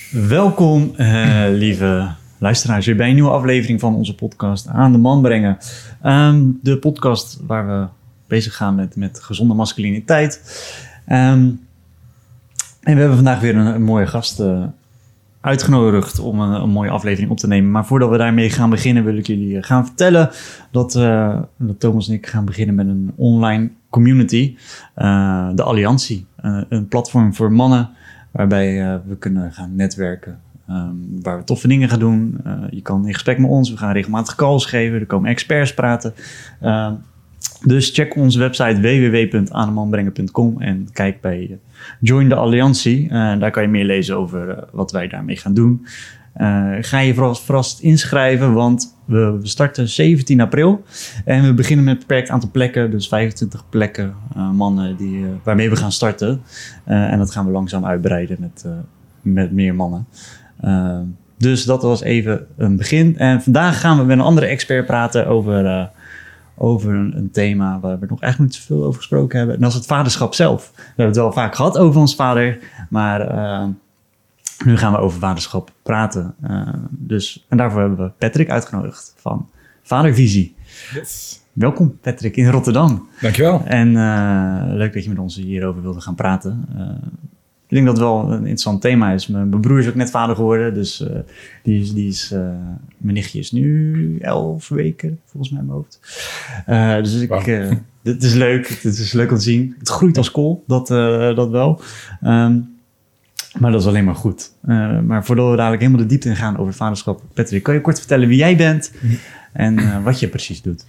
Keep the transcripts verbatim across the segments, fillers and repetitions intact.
Welkom, uh, lieve luisteraars, weer bij een nieuwe aflevering van onze podcast Aan de Man Brengen. Um, de podcast waar we bezig gaan met, met gezonde masculiniteit. Um, en we hebben vandaag weer een, een mooie gast uh, uitgenodigd om een, een mooie aflevering op te nemen. Maar voordat we daarmee gaan beginnen, wil ik jullie gaan vertellen dat, uh, dat Thomas en ik gaan beginnen met een online community. Uh, de Alliantie, uh, een platform voor mannen waarbij uh, we kunnen gaan netwerken. Um, waar we toffe dingen gaan doen. Uh, je kan in gesprek met ons. We gaan regelmatig calls geven. Er komen experts praten. Uh, dus check onze website w w w punt aan de man brengen punt com en kijk bij uh, Join de Alliantie. Uh, daar kan je meer lezen over uh, wat wij daarmee gaan doen. Uh, ga je vooral verrast inschrijven, want we, we starten zeventien april. En we beginnen met een beperkt aantal plekken. Dus vijfentwintig plekken, uh, mannen die, uh, waarmee we gaan starten. Uh, en dat gaan we langzaam uitbreiden met, uh, met meer mannen. Uh, dus dat was even een begin. En vandaag gaan we met een andere expert praten over, uh, over een, een thema waar we nog eigenlijk niet zoveel over gesproken hebben. En dat is het vaderschap zelf. We hebben het wel vaak gehad over ons vader, maar uh, nu gaan we over vaderschap praten. Uh, dus, en daarvoor hebben we Patrick uitgenodigd van Vadervisie. Yes. Welkom Patrick in Rotterdam. Dankjewel. En uh, leuk dat je met ons hierover wilde gaan praten. Uh, Ik denk dat het wel een interessant thema is. Mijn, mijn broer is ook net vader geworden. Dus uh, die is, die is, uh, mijn nichtje is nu elf weken, volgens mij in mijn hoofd. Uh, dus ik, wow. uh, dit is leuk. Het is leuk om te zien. Het groeit als kool, dat, uh, dat wel. Um, maar dat is alleen maar goed. Uh, maar voordat we dadelijk helemaal de diepte in gaan over het vaderschap. Patrick, kan je kort vertellen wie jij bent en uh, wat je precies doet?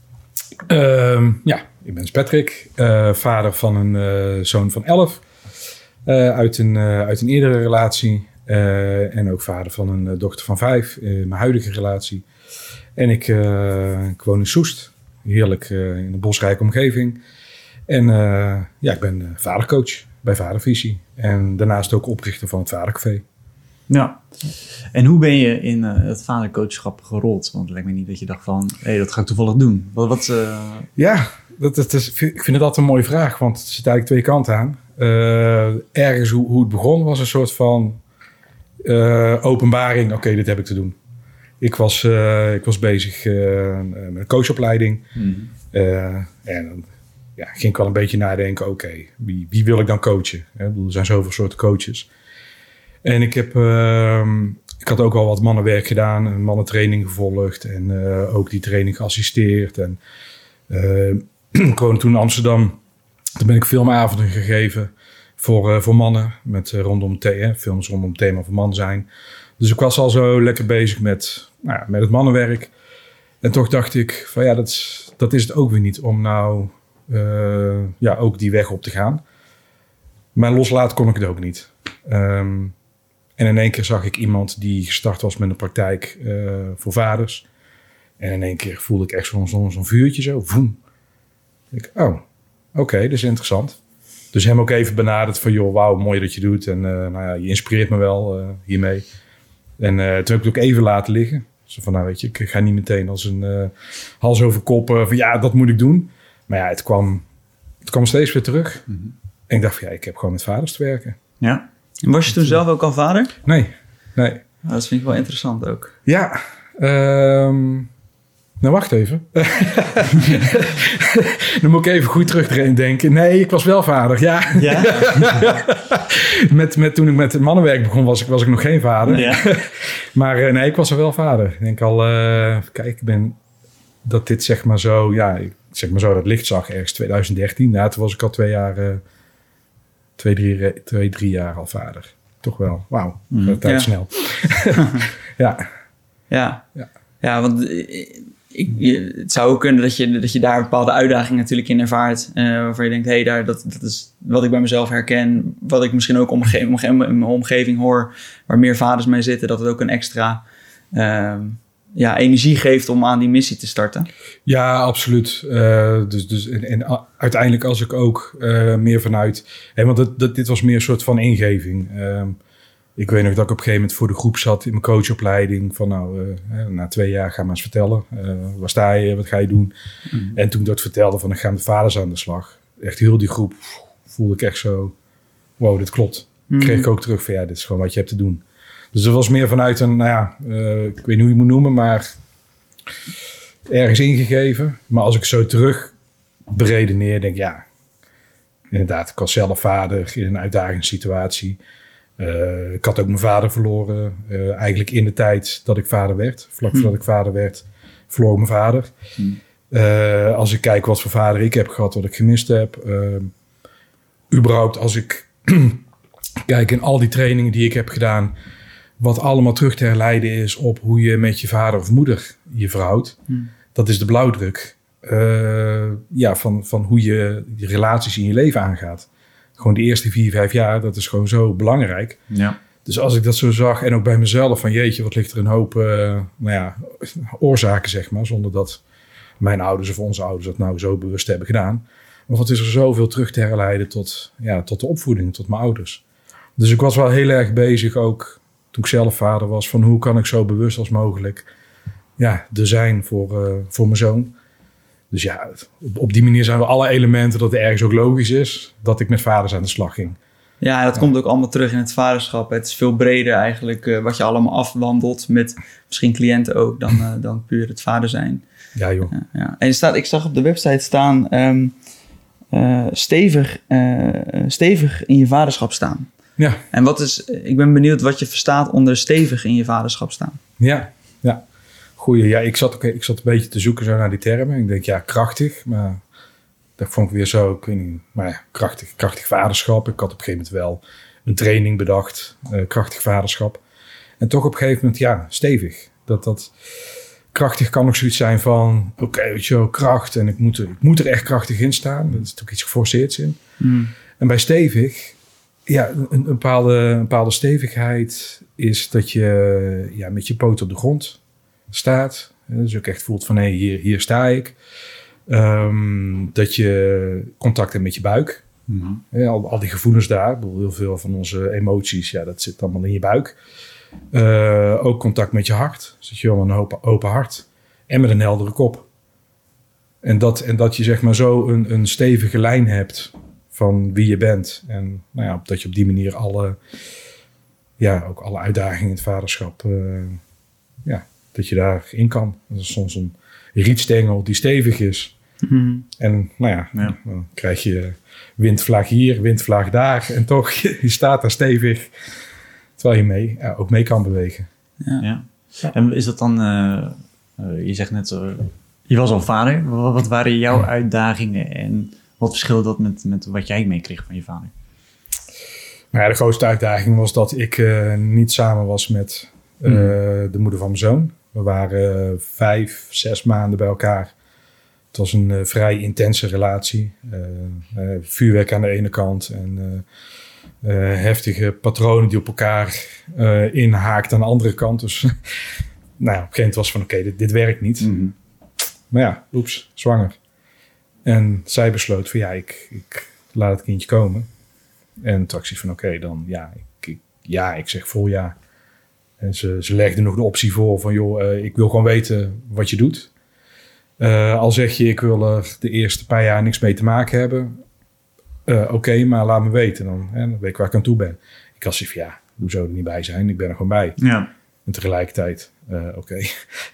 Um, ja, ik ben Patrick. Uh, vader van een uh, zoon van elf. Uh, uit, een, uh, uit een eerdere relatie. Uh, en ook vader van een uh, dochter van vijf. Uh, mijn huidige relatie. En ik, uh, ik woon in Soest. Heerlijk uh, in een bosrijke omgeving. En uh, ja, ik ben uh, vadercoach bij Vadervisie. En daarnaast ook oprichter van het Vadercafé. Ja. En hoe ben je in uh, het vadercoachschap gerold? Want het lijkt me niet dat je dacht van, hé, hey, dat ga ik toevallig doen. Wat, wat, uh... Ja, dat, dat is, ik vind het altijd een mooie vraag. Want het zit eigenlijk twee kanten aan. Uh, ergens hoe, hoe het begon was een soort van uh, openbaring. Oké, okay, dit heb ik te doen. Ik was, uh, ik was bezig uh, met een coachopleiding. Mm-hmm. Uh, en dan ja, ging ik wel een beetje nadenken. Oké, okay, wie, wie wil ik dan coachen? Hè? Er zijn zoveel soorten coaches. En ik heb... Uh, ik had ook al wat mannenwerk gedaan. Een mannentraining gevolgd. En uh, ook die training geassisteerd. En uh, ik woonde toen in Amsterdam. Toen ben ik filmavonden gegeven voor, uh, voor mannen. Met, uh, rondom the- hè, films rondom het thema van man zijn. Dus ik was al zo lekker bezig met, nou ja, met het mannenwerk. En toch dacht ik van ja, dat is, dat is het ook weer niet. Om nou uh, ja, ook die weg op te gaan. Maar loslaten kon ik het ook niet. Um, en in één keer zag ik iemand die gestart was met een praktijk uh, voor vaders. En in één keer voelde ik echt zo'n, zo'n, zo'n vuurtje zo. Voem. Ik, oh. Oké, okay, dat is interessant. Dus hem ook even benaderd van, joh, wauw, mooi dat je doet. En uh, nou ja, je inspireert me wel uh, hiermee. En uh, toen heb ik het ook even laten liggen. Zo van, nou weet je, ik ga niet meteen als een uh, hals over kop uh, van, ja, dat moet ik doen. Maar ja, het kwam, het kwam steeds weer terug. Mm-hmm. En ik dacht van, ja, ik heb gewoon met vaders te werken. Ja. En was je toen zelf ook al vader? Nee, nee. Nou, dat vind ik wel interessant ook. Ja, um, nou, wacht even. Dan moet ik even goed terugdenken. Nee, ik was wel vader, ja. ja? met, met, toen ik met het mannenwerk begon, was ik, was ik nog geen vader. Ja. Maar uh, nee, ik was er wel vader. Ik denk al, uh, kijk, ik ben dat dit zeg maar zo, ja, ik zeg maar zo dat licht zag ergens twintig dertien. Nou, toen was ik al twee jaar, uh, twee, drie, twee, drie jaar al vader. Toch wel, wauw, mm. dat gaat ja. snel. ja. Ja. ja. Ja, want... Ik, het zou ook kunnen dat je, dat je daar een bepaalde uitdaging natuurlijk in ervaart. Uh, waarvan je denkt, hé, hey, dat, dat is wat ik bij mezelf herken. Wat ik misschien ook omge- omge- in mijn omgeving hoor. Waar meer vaders mee zitten. Dat het ook een extra uh, ja, energie geeft om aan die missie te starten. Ja, absoluut. Uh, dus, dus, en, en uiteindelijk als ik ook uh, meer vanuit... Hè, want dat, dat, dit was meer een soort van ingeving. Uh, Ik weet nog dat ik op een gegeven moment voor de groep zat in mijn coachopleiding. Van nou, uh, na twee jaar ga maar eens vertellen. Uh, waar sta je? Wat ga je doen? Mm. En toen ik dat vertelde van ik ga met vaders aan de slag. Echt heel die groep voelde ik echt zo... Wow, dit klopt. Mm. Kreeg ik ook terug van ja, dit is gewoon wat je hebt te doen. Dus dat was meer vanuit een, nou ja, uh, ik weet niet hoe je het moet noemen, maar ergens ingegeven. Maar als ik zo terug beredeneer, denk ik, ja, inderdaad, ik was zelf vader in een uitdagingssituatie. Uh, ik had ook mijn vader verloren. Uh, eigenlijk in de tijd dat ik vader werd. Vlak voordat ik vader werd, verloor ik mijn vader. Hmm. Uh, als ik kijk wat voor vader ik heb gehad, wat ik gemist heb. Uh, überhaupt als ik kijk in al die trainingen die ik heb gedaan, wat allemaal terug te herleiden is op hoe je met je vader of moeder je verhoudt. Hmm. Dat is de blauwdruk. Uh, ja, van, van hoe je die relaties in je leven aangaat. Gewoon de eerste vier, vijf jaar, dat is gewoon zo belangrijk. Ja. Dus als ik dat zo zag en ook bij mezelf van jeetje, wat ligt er een hoop uh, nou ja, oorzaken, zeg maar. Zonder dat mijn ouders of onze ouders dat nou zo bewust hebben gedaan. Maar wat is er zoveel terug te herleiden tot, ja, tot de opvoeding, tot mijn ouders. Dus ik was wel heel erg bezig ook toen ik zelf vader was. Van hoe kan ik zo bewust als mogelijk ja, er zijn voor, uh, voor mijn zoon. Dus ja, op, op die manier zijn we alle elementen dat het ergens ook logisch is dat ik met vaders aan de slag ging. Ja, dat ja. komt ook allemaal terug in het vaderschap. Het is veel breder eigenlijk uh, wat je allemaal afwandelt met misschien cliënten ook dan, uh, dan puur het vader zijn. Ja, joh. Ja, ja. En staat, ik zag op de website staan um, uh, stevig, uh, stevig in je vaderschap staan. Ja. En wat is, ik ben benieuwd wat je verstaat onder stevig in je vaderschap staan. Ja, ja. Goeie, ja, ik zat, ook, ik zat een beetje te zoeken zo naar die termen. Ik denk, ja, krachtig, maar dat vond ik weer zo, ik weet niet, maar ja, krachtig, krachtig vaderschap. Ik had op een gegeven moment wel een training bedacht, uh, krachtig vaderschap. En toch op een gegeven moment, ja, stevig. Dat dat krachtig kan ook zoiets zijn van, oké, okay, weet je wel, kracht en ik moet, er, ik moet er echt krachtig in staan. Dat is natuurlijk iets geforceerds in. Mm. En bij stevig, ja, een, een, bepaalde, een bepaalde stevigheid is dat je ja, met je poot op de grond staat. Dus ook echt voelt van, hé, hey, hier, hier sta ik. Um, dat je contact hebt met je buik. Mm-hmm. Ja, al, al die gevoelens daar. Ik bedoel, heel veel van onze emoties, ja, dat zit allemaal in je buik. Uh, ook contact met je hart. Dus dat je wel een open, open hart. En met een heldere kop. En dat, en dat je zeg maar zo een, een stevige lijn hebt van wie je bent. En nou ja, dat je op die manier alle, ja, ook alle uitdagingen in het vaderschap, uh, ja, dat je daarin kan. Dat is soms een rietstengel die stevig is. Mm-hmm. En nou ja, ja, dan krijg je windvlaag hier, windvlaag daar. En toch, je staat daar stevig. Terwijl je mee, ja, ook mee kan bewegen. Ja. Ja. Ja. En is dat dan, uh, uh, je zegt net, uh, je was al vader. Wat, wat waren jouw uitdagingen en wat verschilde dat met, met wat jij meekreeg van je vader? Nou ja, de grootste uitdaging was dat ik uh, niet samen was met uh, mm. de moeder van mijn zoon. We waren uh, vijf, zes maanden bij elkaar. Het was een uh, vrij intense relatie. Uh, uh, vuurwerk aan de ene kant en uh, uh, heftige patronen die op elkaar uh, inhaakt aan de andere kant. Dus nou ja, op een gegeven moment was van oké, okay, dit, dit werkt niet. Mm-hmm. Maar ja, oeps, zwanger. En zij besloot van ja, ik, ik laat het kindje komen. En toen dacht ik van oké, okay, dan ja ik, ik, ja, ik zeg vol ja. En ze, ze legde nog de optie voor van joh, uh, ik wil gewoon weten wat je doet. Uh, al zeg je, ik wil er de eerste paar jaar niks mee te maken hebben. Uh, Oké, okay, maar laat me weten. Dan, hè, dan weet ik waar ik aan toe ben. Ik had zoiets van, ja, hoezo er niet bij zijn? Ik ben er gewoon bij. Ja. En tegelijkertijd, uh, oké. Okay.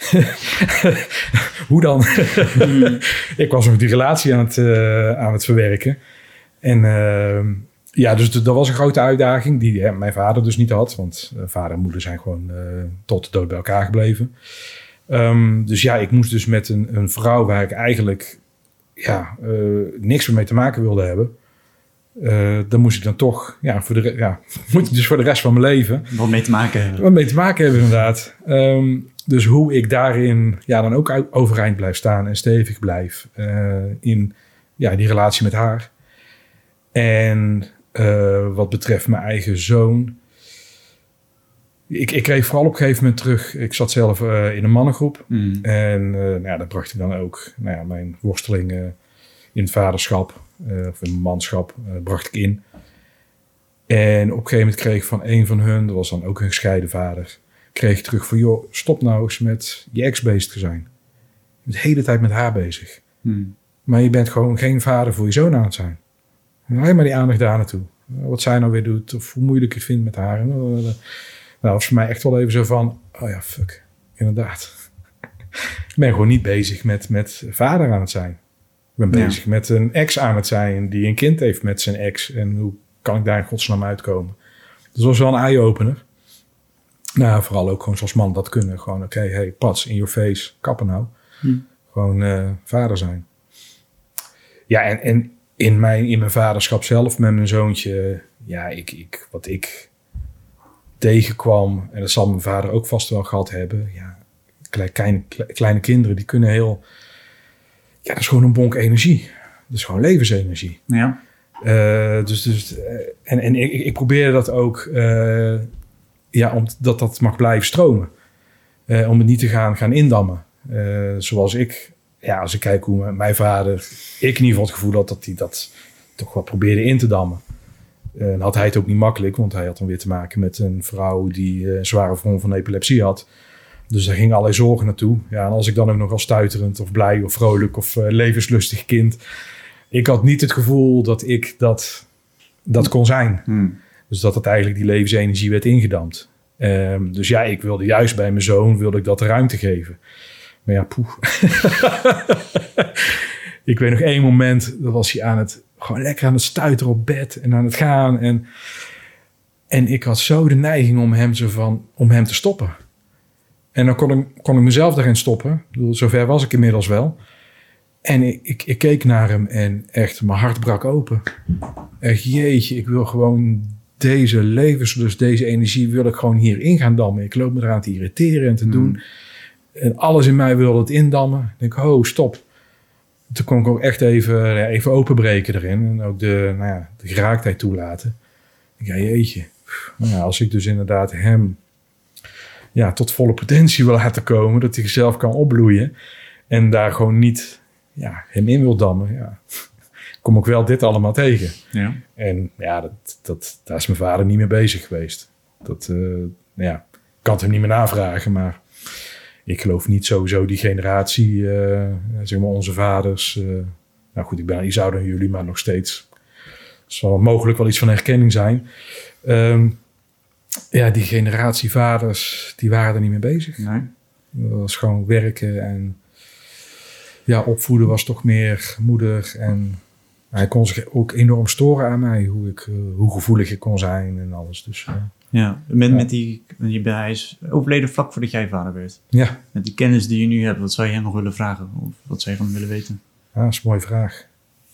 Hoe dan? mm. Ik was nog die relatie aan het, uh, aan het verwerken. En uh, ja, dus dat was een grote uitdaging die hè, mijn vader dus niet had. Want uh, vader en moeder zijn gewoon uh, tot de dood bij elkaar gebleven. Um, dus ja, ik moest dus met een, een vrouw waar ik eigenlijk ja, uh, niks meer mee te maken wilde hebben. Uh, dan moest ik dan toch, ja, voor de, ja, moet ik dus voor de rest van mijn leven. Wat mee te maken hebben. Wat mee te maken hebben, inderdaad. Um, dus hoe ik daarin ja, dan ook overeind blijf staan en stevig blijf uh, in ja, die relatie met haar. En uh, wat betreft mijn eigen zoon. Ik, ik kreeg vooral op een gegeven moment terug. Ik zat zelf uh, in een mannengroep. Mm. En uh, nou ja, daar bracht ik dan ook nou ja, mijn worsteling uh, in het vaderschap. Uh, of in mijn manschap uh, bracht ik in. En op een gegeven moment kreeg ik van een van hun, dat was dan ook een gescheiden vader, kreeg ik terug van joh, stop nou eens met je ex bezig te zijn. Je bent de hele tijd met haar bezig. Mm. Maar je bent gewoon geen vader voor je zoon aan het zijn. En haal je maar die aandacht daar naartoe. Wat zij nou weer doet, of hoe moeilijk je het vindt met haar. En Nou, was voor mij echt wel even zo van, oh ja, fuck, inderdaad. Ik ben gewoon niet bezig met, met vader aan het zijn. Ik ben bezig ja. met een ex aan het zijn die een kind heeft met zijn ex. En hoe kan ik daar in godsnaam uitkomen? Dus dat was wel een eye-opener. Nou, vooral ook gewoon zoals man dat kunnen. Gewoon, oké, okay, hey, pats, in your face, kappen nou. Hm. Gewoon uh, vader zijn. Ja, en, en in, mijn, in mijn vaderschap zelf met mijn zoontje... Ja, ik, ik, wat ik tegenkwam... en dat zal mijn vader ook vast wel gehad hebben... Ja, kleine, kleine kinderen, die kunnen heel... Ja, dat is gewoon een bonk energie. Dat is gewoon levensenergie. Ja. Uh, dus, dus, uh, en en ik, ik probeer dat ook... Uh, ja, omdat dat mag blijven stromen. Uh, om het niet te gaan, gaan indammen. Uh, zoals ik... Ja, als ik kijk hoe mijn vader... Ik in ieder geval het gevoel had dat hij dat toch wel probeerde in te dammen. Uh, en had hij het ook niet makkelijk. Want hij had dan weer te maken met een vrouw die uh, een zware vorm van epilepsie had. Dus daar gingen allerlei zorgen naartoe. Ja, en als ik dan ook nog als stuiterend of blij of vrolijk of uh, levenslustig kind... Ik had niet het gevoel dat ik dat, dat kon zijn. Hmm. Dus dat het eigenlijk die levensenergie werd ingedampt. Um, dus ja, ik wilde juist bij mijn zoon wilde ik dat de ruimte geven. Maar ja, poeh. Ik weet nog één moment, dat was hij aan het... gewoon lekker aan het stuiteren op bed en aan het gaan. En, en ik had zo de neiging om hem, zo van, om hem te stoppen. En dan kon ik, kon ik mezelf daarin stoppen. Ik bedoel, zover was ik inmiddels wel. En ik, ik, ik keek naar hem en echt, mijn hart brak open. Echt, jeetje, ik wil gewoon deze levenslust, deze energie... wil ik gewoon hierin gaan dammen. Ik loop me eraan te irriteren en te mm. doen. En alles in mij wilde het indammen. Ik denk, oh, stop. Toen kon ik ook echt even, ja, even openbreken erin. En ook de, nou ja, de geraaktheid toelaten. Ik denk, ja, jeetje. Nou ja, als ik dus inderdaad hem ja, tot volle potentie wil laten komen... dat hij zelf kan opbloeien... en daar gewoon niet ja, hem in wil dammen... Ja, kom ik wel dit allemaal tegen. Ja. En ja, dat, dat, daar is mijn vader niet mee bezig geweest. Dat, uh, ja, ik kan het hem niet meer navragen, maar... Ik geloof niet sowieso die generatie, uh, zeg maar onze vaders. Uh, nou goed, ik ben iets ouder dan jullie, maar nog steeds. Zal mogelijk wel iets van herkenning zijn. Um, ja, die generatie vaders, die waren er niet mee bezig. Nee. Dat was gewoon werken en ja, opvoeden was toch meer moeder. En hij kon zich ook enorm storen aan mij, hoe, ik, uh, hoe gevoelig ik kon zijn en alles. Dus, uh, Ja, met, ja. met die, die hij is overleden vlak voordat jij vader werd. Ja. Met die kennis die je nu hebt, wat zou je hem nog willen vragen? Of wat zou je van hem willen weten? Ja, dat is een mooie vraag.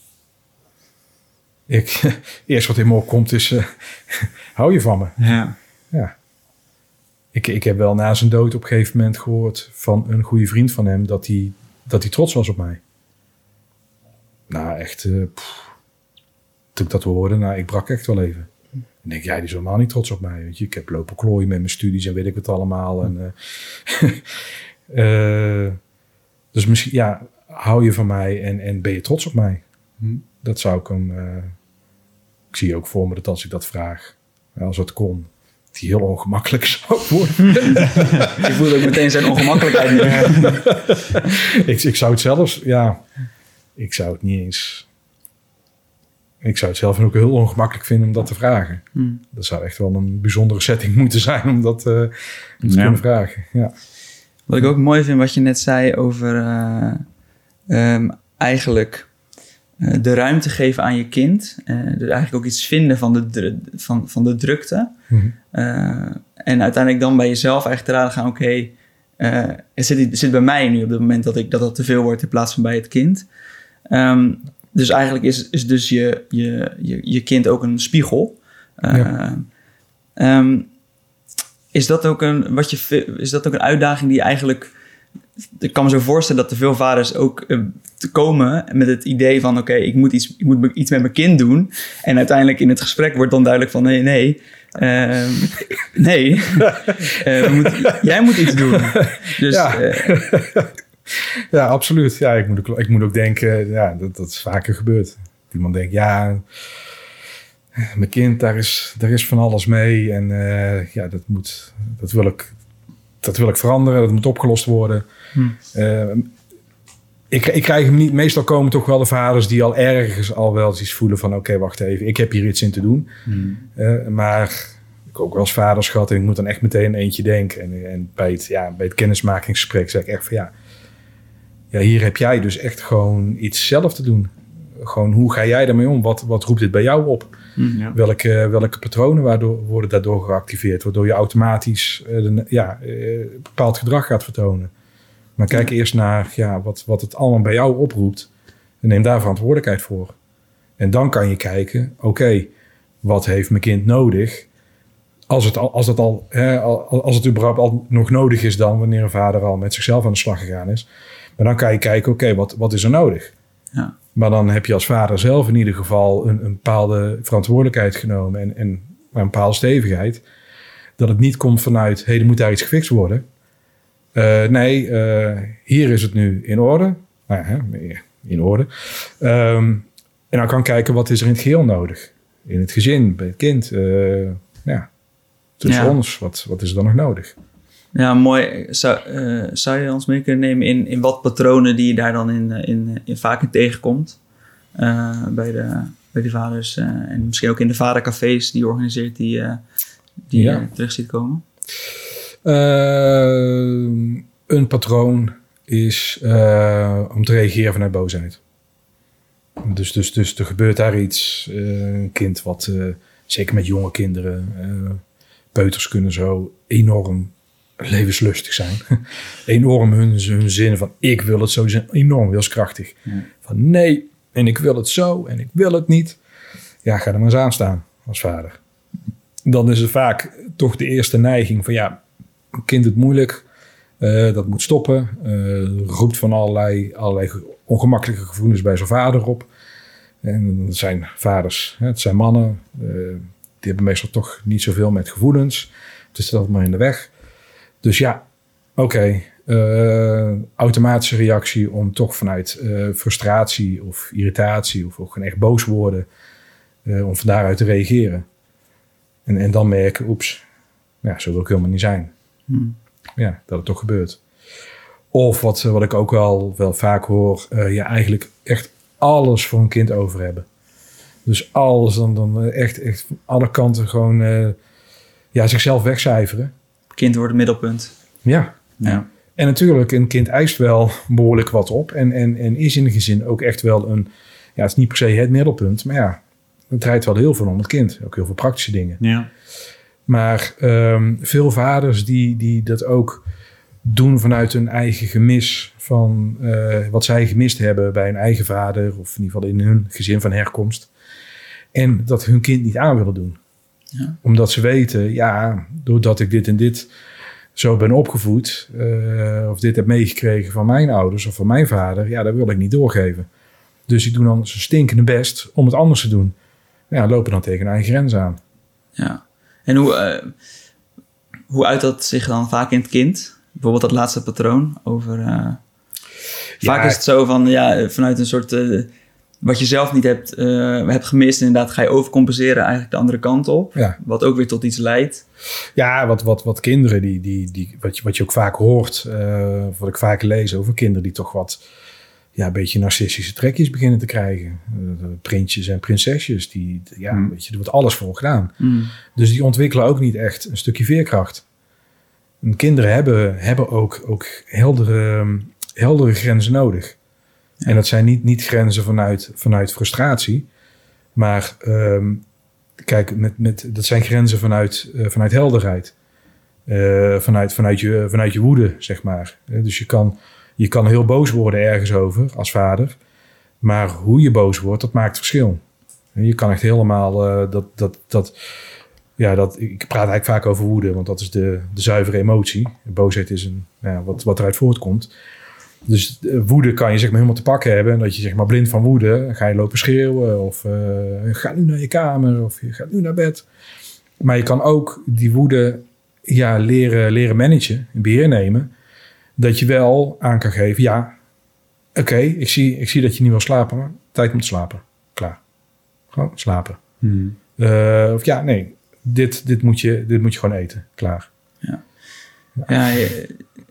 Ik, eerst wat in me opkomt is, uh, hou je van me? Ja. Ja. Ik, ik heb wel na zijn dood op een gegeven moment gehoord van een goede vriend van hem, dat hij, dat hij trots was op mij. Nou, echt, uh, pff, toen ik dat hoorde, nou, ik brak echt wel even. En denk, jij, die is helemaal niet trots op mij. Weet je? Ik heb lopen klooien met mijn studies en weet ik het allemaal. En, uh, uh, dus misschien, ja, hou je van mij en, en ben je trots op mij? Hm. Dat zou ik hem... Uh, ik zie ook voor me dat als ik dat vraag, als het kon, die heel ongemakkelijk zou worden. Je voelt ook meteen zijn ongemakkelijkheid niet meer. ik, ik zou het zelfs, ja, ik zou het niet eens... Ik zou het zelf ook heel ongemakkelijk vinden om dat te vragen. Hmm. Dat zou echt wel een bijzondere setting moeten zijn om dat uh, te ja. kunnen vragen. Ja. Wat ik ook mooi vind wat je net zei over uh, um, eigenlijk uh, de ruimte geven aan je kind. Uh, dus eigenlijk ook iets vinden van de, dru- van, van de drukte. Hmm. Uh, en uiteindelijk dan bij jezelf eigenlijk te raden gaan, oké, okay, uh, het zit, het zit bij mij nu op het moment dat ik dat dat te veel wordt in plaats van bij het kind. Um, Dus eigenlijk is, is dus je, je, je, je kind ook een spiegel. Uh, ja. um, is dat ook een wat je is dat ook een uitdaging die eigenlijk... Ik kan me zo voorstellen dat te veel vaders ook uh, te komen met het idee van... oké, okay, ik moet iets ik moet iets met mijn kind doen. En uiteindelijk in het gesprek wordt dan duidelijk van... nee, nee, uh, nee. uh, we moeten, jij moet iets doen. Dus... Ja. Uh, Ja, absoluut. Ja, ik, moet ook, ik moet ook denken, ja, dat, dat is vaker gebeurd. Iemand denkt, ja, mijn kind, daar is, daar is van alles mee. En uh, ja, dat, moet, dat, wil ik, dat wil ik veranderen. Dat moet opgelost worden. Hm. Uh, ik, ik krijg hem niet... Meestal komen toch wel de vaders die al ergens al wel iets voelen van... oké, okay, wacht even, ik heb hier iets in te doen. Hm. Uh, maar Ik heb ook wel eens vaders gehad en ik moet dan echt meteen eentje denken. En, en bij, het, ja, bij het kennismakingsgesprek zeg ik echt van ja, ja, hier heb jij dus echt gewoon iets zelf te doen. Gewoon hoe ga jij daarmee om? Wat, wat roept dit bij jou op? Ja. Welke, welke patronen waardoor, worden daardoor geactiveerd? Waardoor je automatisch uh, de, ja, uh, bepaald gedrag gaat vertonen. Maar kijk ja. eerst naar ja, wat, wat het allemaal bij jou oproept. En neem daar verantwoordelijkheid voor. En dan kan je kijken, oké, okay, wat heeft mijn kind nodig? Als het, al, als, het al, hè, als het überhaupt al nog nodig is dan, wanneer een vader al met zichzelf aan de slag gegaan is. Maar dan kan je kijken, oké, okay, wat, wat is er nodig? Ja. Maar dan heb je als vader zelf in ieder geval een, een bepaalde verantwoordelijkheid genomen en, en een bepaalde stevigheid. Dat het niet komt vanuit, hé, hey, er moet daar iets gefixt worden. Uh, nee, uh, hier is het nu in orde. Nou ja, in orde. Um, en dan kan kijken, wat is er in het geheel nodig? In het gezin, bij het kind. Uh, ja, tussen ja. ons, wat, wat is er dan nog nodig? Ja, mooi. Zou, uh, zou je ons mee kunnen nemen in, in wat patronen die je daar dan in, in, in vaak in tegenkomt? Uh, bij, de, bij de vaders uh, en misschien ook in de vadercafés die je organiseert, die, uh, die ja. je terug ziet komen? Uh, een patroon is uh, om te reageren vanuit boosheid. Dus, dus, dus er gebeurt daar iets. Uh, een kind wat, uh, zeker met jonge kinderen, uh, peuters kunnen zo enorm levenslustig zijn. enorm hun, hun zin van ik wil het zo zijn, enorm wilskrachtig. Ja. Van nee, en ik wil het zo en ik wil het niet. Ja, ga er maar eens aan staan als vader. Dan is het vaak toch de eerste neiging van ja, een kind doet moeilijk, uh, dat moet stoppen. Uh, roept van allerlei, allerlei ongemakkelijke gevoelens bij zijn vader op. En dat zijn vaders, hè, het zijn mannen, uh, die hebben meestal toch niet zoveel met gevoelens. Dus dat maar in de weg. Dus ja, oké, okay, uh, automatische reactie om toch vanuit uh, frustratie of irritatie of ook gewoon echt boos worden, uh, om van daaruit te reageren. En, en dan merken, oeps, ja, zo wil ik helemaal niet zijn. Hmm. Ja, dat het toch gebeurt. Of wat, wat ik ook wel, wel vaak hoor, uh, ja, eigenlijk echt alles voor een kind over hebben. Dus alles, dan, dan echt, echt van alle kanten gewoon uh, ja, zichzelf wegcijferen. Kind wordt het middelpunt. Ja. ja. En natuurlijk, een kind eist wel behoorlijk wat op. En, en, en is in een gezin ook echt wel een, ja, het is niet per se het middelpunt, maar ja, het draait wel heel veel om het kind. Ook heel veel praktische dingen. Ja. Maar um, veel vaders die, die dat ook doen vanuit hun eigen gemis van uh, wat zij gemist hebben bij hun eigen vader, of in ieder geval in hun gezin van herkomst. En dat hun kind niet aan willen doen. Ja. Omdat ze weten, ja, doordat ik dit en dit zo ben opgevoed, uh, of dit heb meegekregen van mijn ouders of van mijn vader, ja, dat wil ik niet doorgeven. Dus ik doe dan zijn stinkende best om het anders te doen. Ja, lopen dan tegen een eigen grens aan. Ja. En hoe, uh, hoe uit dat zich dan vaak in het kind? Bijvoorbeeld dat laatste patroon over... Uh, ja, vaak is het zo van, ja, vanuit een soort... Uh, wat je zelf niet hebt, uh, hebt gemist, inderdaad ga je overcompenseren eigenlijk de andere kant op. Ja. Wat ook weer tot iets leidt. Ja, wat, wat, wat kinderen, die, die, die, wat, je, wat je ook vaak hoort, uh, wat ik vaak lees over kinderen die toch wat, ja, een beetje narcistische trekjes beginnen te krijgen. Uh, prinsjes en prinsesjes, die, ja, mm. weet je, er wordt alles voor gedaan. Mm. Dus die ontwikkelen ook niet echt een stukje veerkracht. En kinderen hebben, hebben ook, ook heldere, heldere grenzen nodig. Ja. En dat zijn niet, niet grenzen vanuit, vanuit frustratie. Maar um, kijk, met, met, dat zijn grenzen vanuit, uh, vanuit helderheid. Uh, vanuit, vanuit, je, vanuit je woede, zeg maar. Uh, dus je kan, je kan heel boos worden ergens over als vader. Maar hoe je boos wordt, dat maakt verschil. Uh, je kan echt helemaal... Uh, dat, dat, dat, ja, dat, ik praat eigenlijk vaak over woede, want dat is de, de zuivere emotie. Boosheid is een, ja, wat, wat eruit voortkomt. Dus woede kan je zeg maar helemaal te pakken hebben. En dat je zeg maar blind van woede ga je lopen schreeuwen. Of uh, ga nu naar je kamer. Of je gaat nu naar bed. Maar je kan ook die woede ja, leren, leren managen. In beheer nemen. Dat je wel aan kan geven. Ja, oké, okay, ik, zie, ik zie dat je niet wil slapen. Maar tijd om te slapen. Klaar. Gewoon slapen. Hmm. Uh, of ja, nee. Dit, dit, moet je, dit moet je gewoon eten. Klaar. Ja. Ja, je,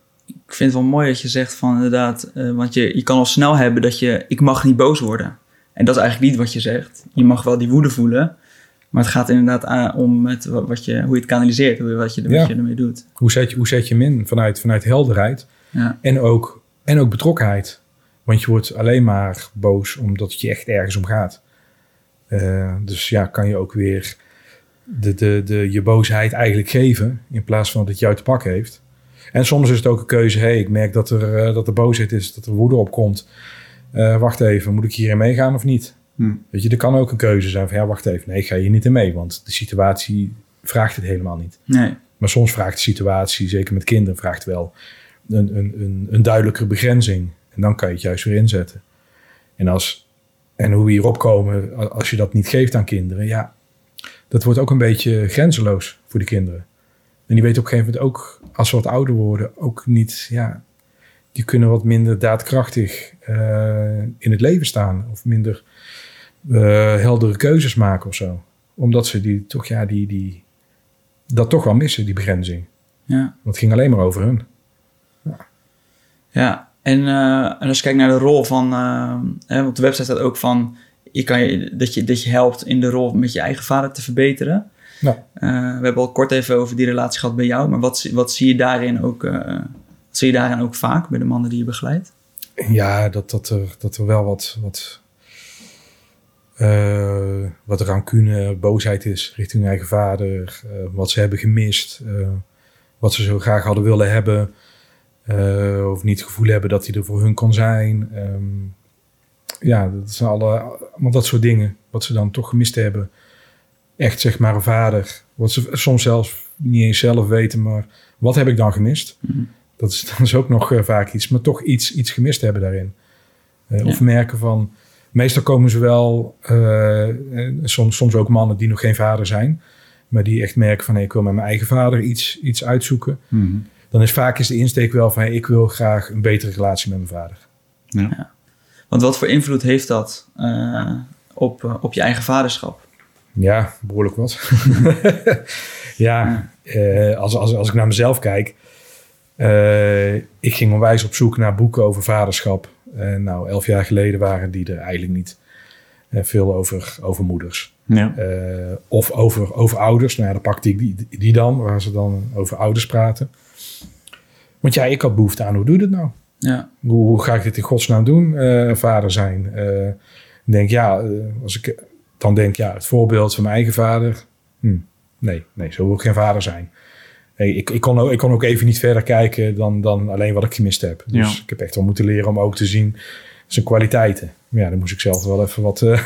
ik vind het wel mooi dat je zegt van inderdaad, uh, want je, je kan al snel hebben dat je, ik mag niet boos worden. En dat is eigenlijk niet wat je zegt. Je mag wel die woede voelen, Maar het gaat inderdaad aan, om het, wat je, hoe je het kanaliseert, hoe, wat, je, wat Ja. je ermee doet. Hoe zet je, hoe zet je hem in vanuit, vanuit helderheid Ja. en ook, en ook betrokkenheid. Want je wordt alleen maar boos omdat het je echt ergens om gaat. Uh, dus ja, kan je ook weer de, de, de, je boosheid eigenlijk geven in plaats van dat het jou te pakken heeft. En soms is het ook een keuze. Hey, ik merk dat er, uh, dat er boosheid is, dat er woede opkomt. Uh, wacht even, moet ik hierin meegaan of niet? Hm. Weet je, er kan ook een keuze zijn van ja, wacht even. Nee, ik ga hier niet in mee, want de situatie vraagt het helemaal niet. Nee. Maar soms vraagt de situatie, zeker met kinderen, vraagt wel een, een, een, een duidelijkere begrenzing. En dan kan je het juist weer inzetten. En, als, en hoe we hierop komen, als je dat niet geeft aan kinderen, ja, dat wordt ook een beetje grenzeloos voor de kinderen. En die weten op een gegeven moment ook, als ze wat ouder worden, ook niet, ja, die kunnen wat minder daadkrachtig uh, in het leven staan. Of minder uh, heldere keuzes maken of zo. Omdat ze die toch, ja, die, die, dat toch wel missen, die begrenzing. Ja. Want het ging alleen maar over hun. Ja, ja. En, uh, en als je kijkt naar de rol van, uh, hè, op de website staat ook van, je kan je, dat, je, dat je helpt in de rol met je eigen vader te verbeteren. Ja. Uh, we hebben al kort even over die relatie gehad bij jou, maar wat, wat zie je daarin ook, uh, wat zie je daarin ook vaak bij de mannen die je begeleidt? Ja, dat, dat, er, dat er wel wat, wat, uh, wat rancune, boosheid is richting hun eigen vader. Uh, wat ze hebben gemist. Uh, wat ze zo graag hadden willen hebben. Uh, of niet het gevoel hebben dat hij er voor hun kon zijn. Um, ja, dat zijn alle, allemaal dat soort dingen. Wat ze dan toch gemist hebben. Echt zeg maar een vader. Wat ze soms zelfs niet eens zelf weten. Maar wat heb ik dan gemist? Mm-hmm. Dat is, dat is ook nog uh, vaak iets. Maar toch iets, iets gemist hebben daarin. Uh, ja. Of merken van... Meestal komen ze wel... Uh, soms, soms ook mannen die nog geen vader zijn. Maar die echt merken van... Hey, ik wil met mijn eigen vader iets, iets uitzoeken. Mm-hmm. Dan is vaak is de insteek wel van... Hey, ik wil graag een betere relatie met mijn vader. Ja. Ja. Want wat voor invloed heeft dat uh, op, uh, op je eigen vaderschap? Ja, behoorlijk wat. ja, uh, als, als, als ik naar mezelf kijk... Uh, ik ging onwijs op zoek naar boeken over vaderschap. Uh, nou, elf jaar geleden waren die er eigenlijk niet. Uh, veel over, over moeders. Ja. Uh, of over, over ouders. Nou ja, dan pakte ik die, die dan, waar ze dan over ouders praten. Want ja, ik had behoefte aan, hoe doe je dit nou? Ja. Hoe, hoe ga ik dit in godsnaam doen, uh, vader zijn? Uh, ik denk, ja, uh, als ik dan denk, ja, het voorbeeld van mijn eigen vader. Hm, nee, nee, zo wil ik geen vader zijn. Hey, ik, ik, kon ook, ik kon ook even niet verder kijken dan, dan alleen wat ik gemist heb. Dus ja. Ik heb echt wel moeten leren om ook te zien zijn kwaliteiten. Maar ja, dan moest ik zelf wel even wat... Uh,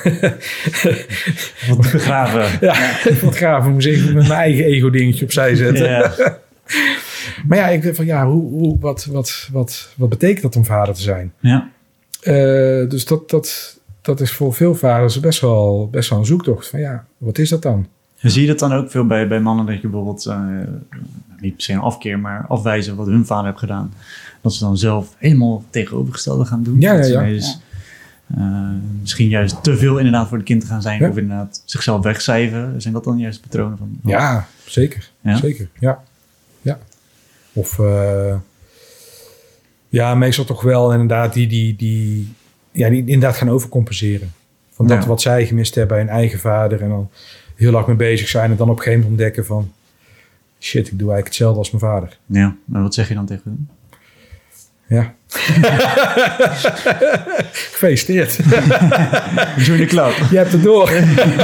wat graven. Ja, wat graven. Moest ik met mijn eigen ego-dingetje opzij zetten. Ja. Maar ja, ik denk van ja, hoe, hoe, wat, wat, wat, wat betekent dat om vader te zijn? Ja. Uh, dus dat, dat, dat is voor veel vaders best wel, best wel een zoektocht. Van ja, wat is dat dan? Zie je dat dan ook veel bij, bij mannen dat je bijvoorbeeld, uh, niet per se een afkeer, maar afwijzen wat hun vader heeft gedaan. Dat ze dan zelf helemaal tegenovergestelde gaan doen. Ja, dat ja, ja. ze dus, uh, misschien juist te veel inderdaad voor de kind gaan zijn. Ja. Of inderdaad zichzelf wegcijferen. Zijn dat dan juist patronen van? Oh. Ja, zeker. Ja? Zeker, ja. ja. Of uh, ja, meestal toch wel inderdaad die, die, die, ja, die inderdaad gaan overcompenseren. Van dat ja. wat zij gemist hebben bij hun eigen vader en dan heel lang mee bezig zijn en dan op een gegeven moment ontdekken van shit, ik doe eigenlijk hetzelfde als mijn vader. Ja, maar wat zeg je dan tegen hem? Ja. Gefeliciteerd. Join the club. Je hebt het door.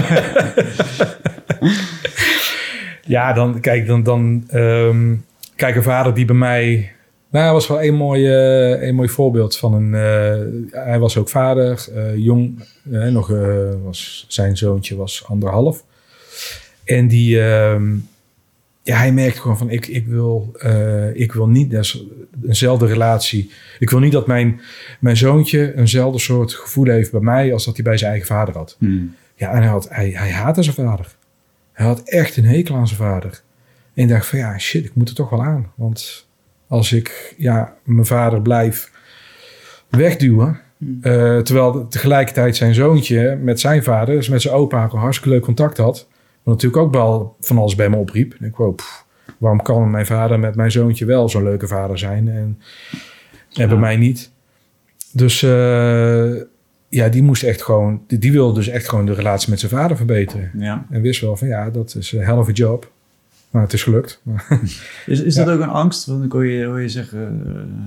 Ja, dan kijk, dan, dan um, kijk een vader die bij mij... Nou, hij was wel een mooi, uh, een mooi voorbeeld van een... Uh, hij was ook vader, uh, jong. Uh, nog, uh, was, zijn zoontje was anderhalf. En die... Uh, ja, hij merkte gewoon van... Ik, ik, wil, uh, ik wil niet dus eenzelfde relatie... Ik wil niet dat mijn, mijn zoontje eenzelfde soort gevoel heeft bij mij... als dat hij bij zijn eigen vader had. Hmm. Ja, en hij, had, hij, hij haatte zijn vader. Hij had echt een hekel aan zijn vader. En ik dacht van ja, shit, ik moet er toch wel aan. Want als ik ja, mijn vader blijf wegduwen... Hmm. Uh, terwijl tegelijkertijd zijn zoontje met zijn vader... dus met zijn opa een hartstikke leuk contact had... wat natuurlijk ook wel van alles bij me opriep. En ik wow, pff, waarom kan mijn vader met mijn zoontje wel zo'n leuke vader zijn... en, en ja. bij mij niet? Dus uh, ja, die moest echt gewoon... Die, die wilde dus echt gewoon de relatie met zijn vader verbeteren. Ja. En wist wel van ja, dat is een hell of a job. Maar het is gelukt. Is, is dat Ja. ook een angst? Want ik hoor je, hoor je zeggen...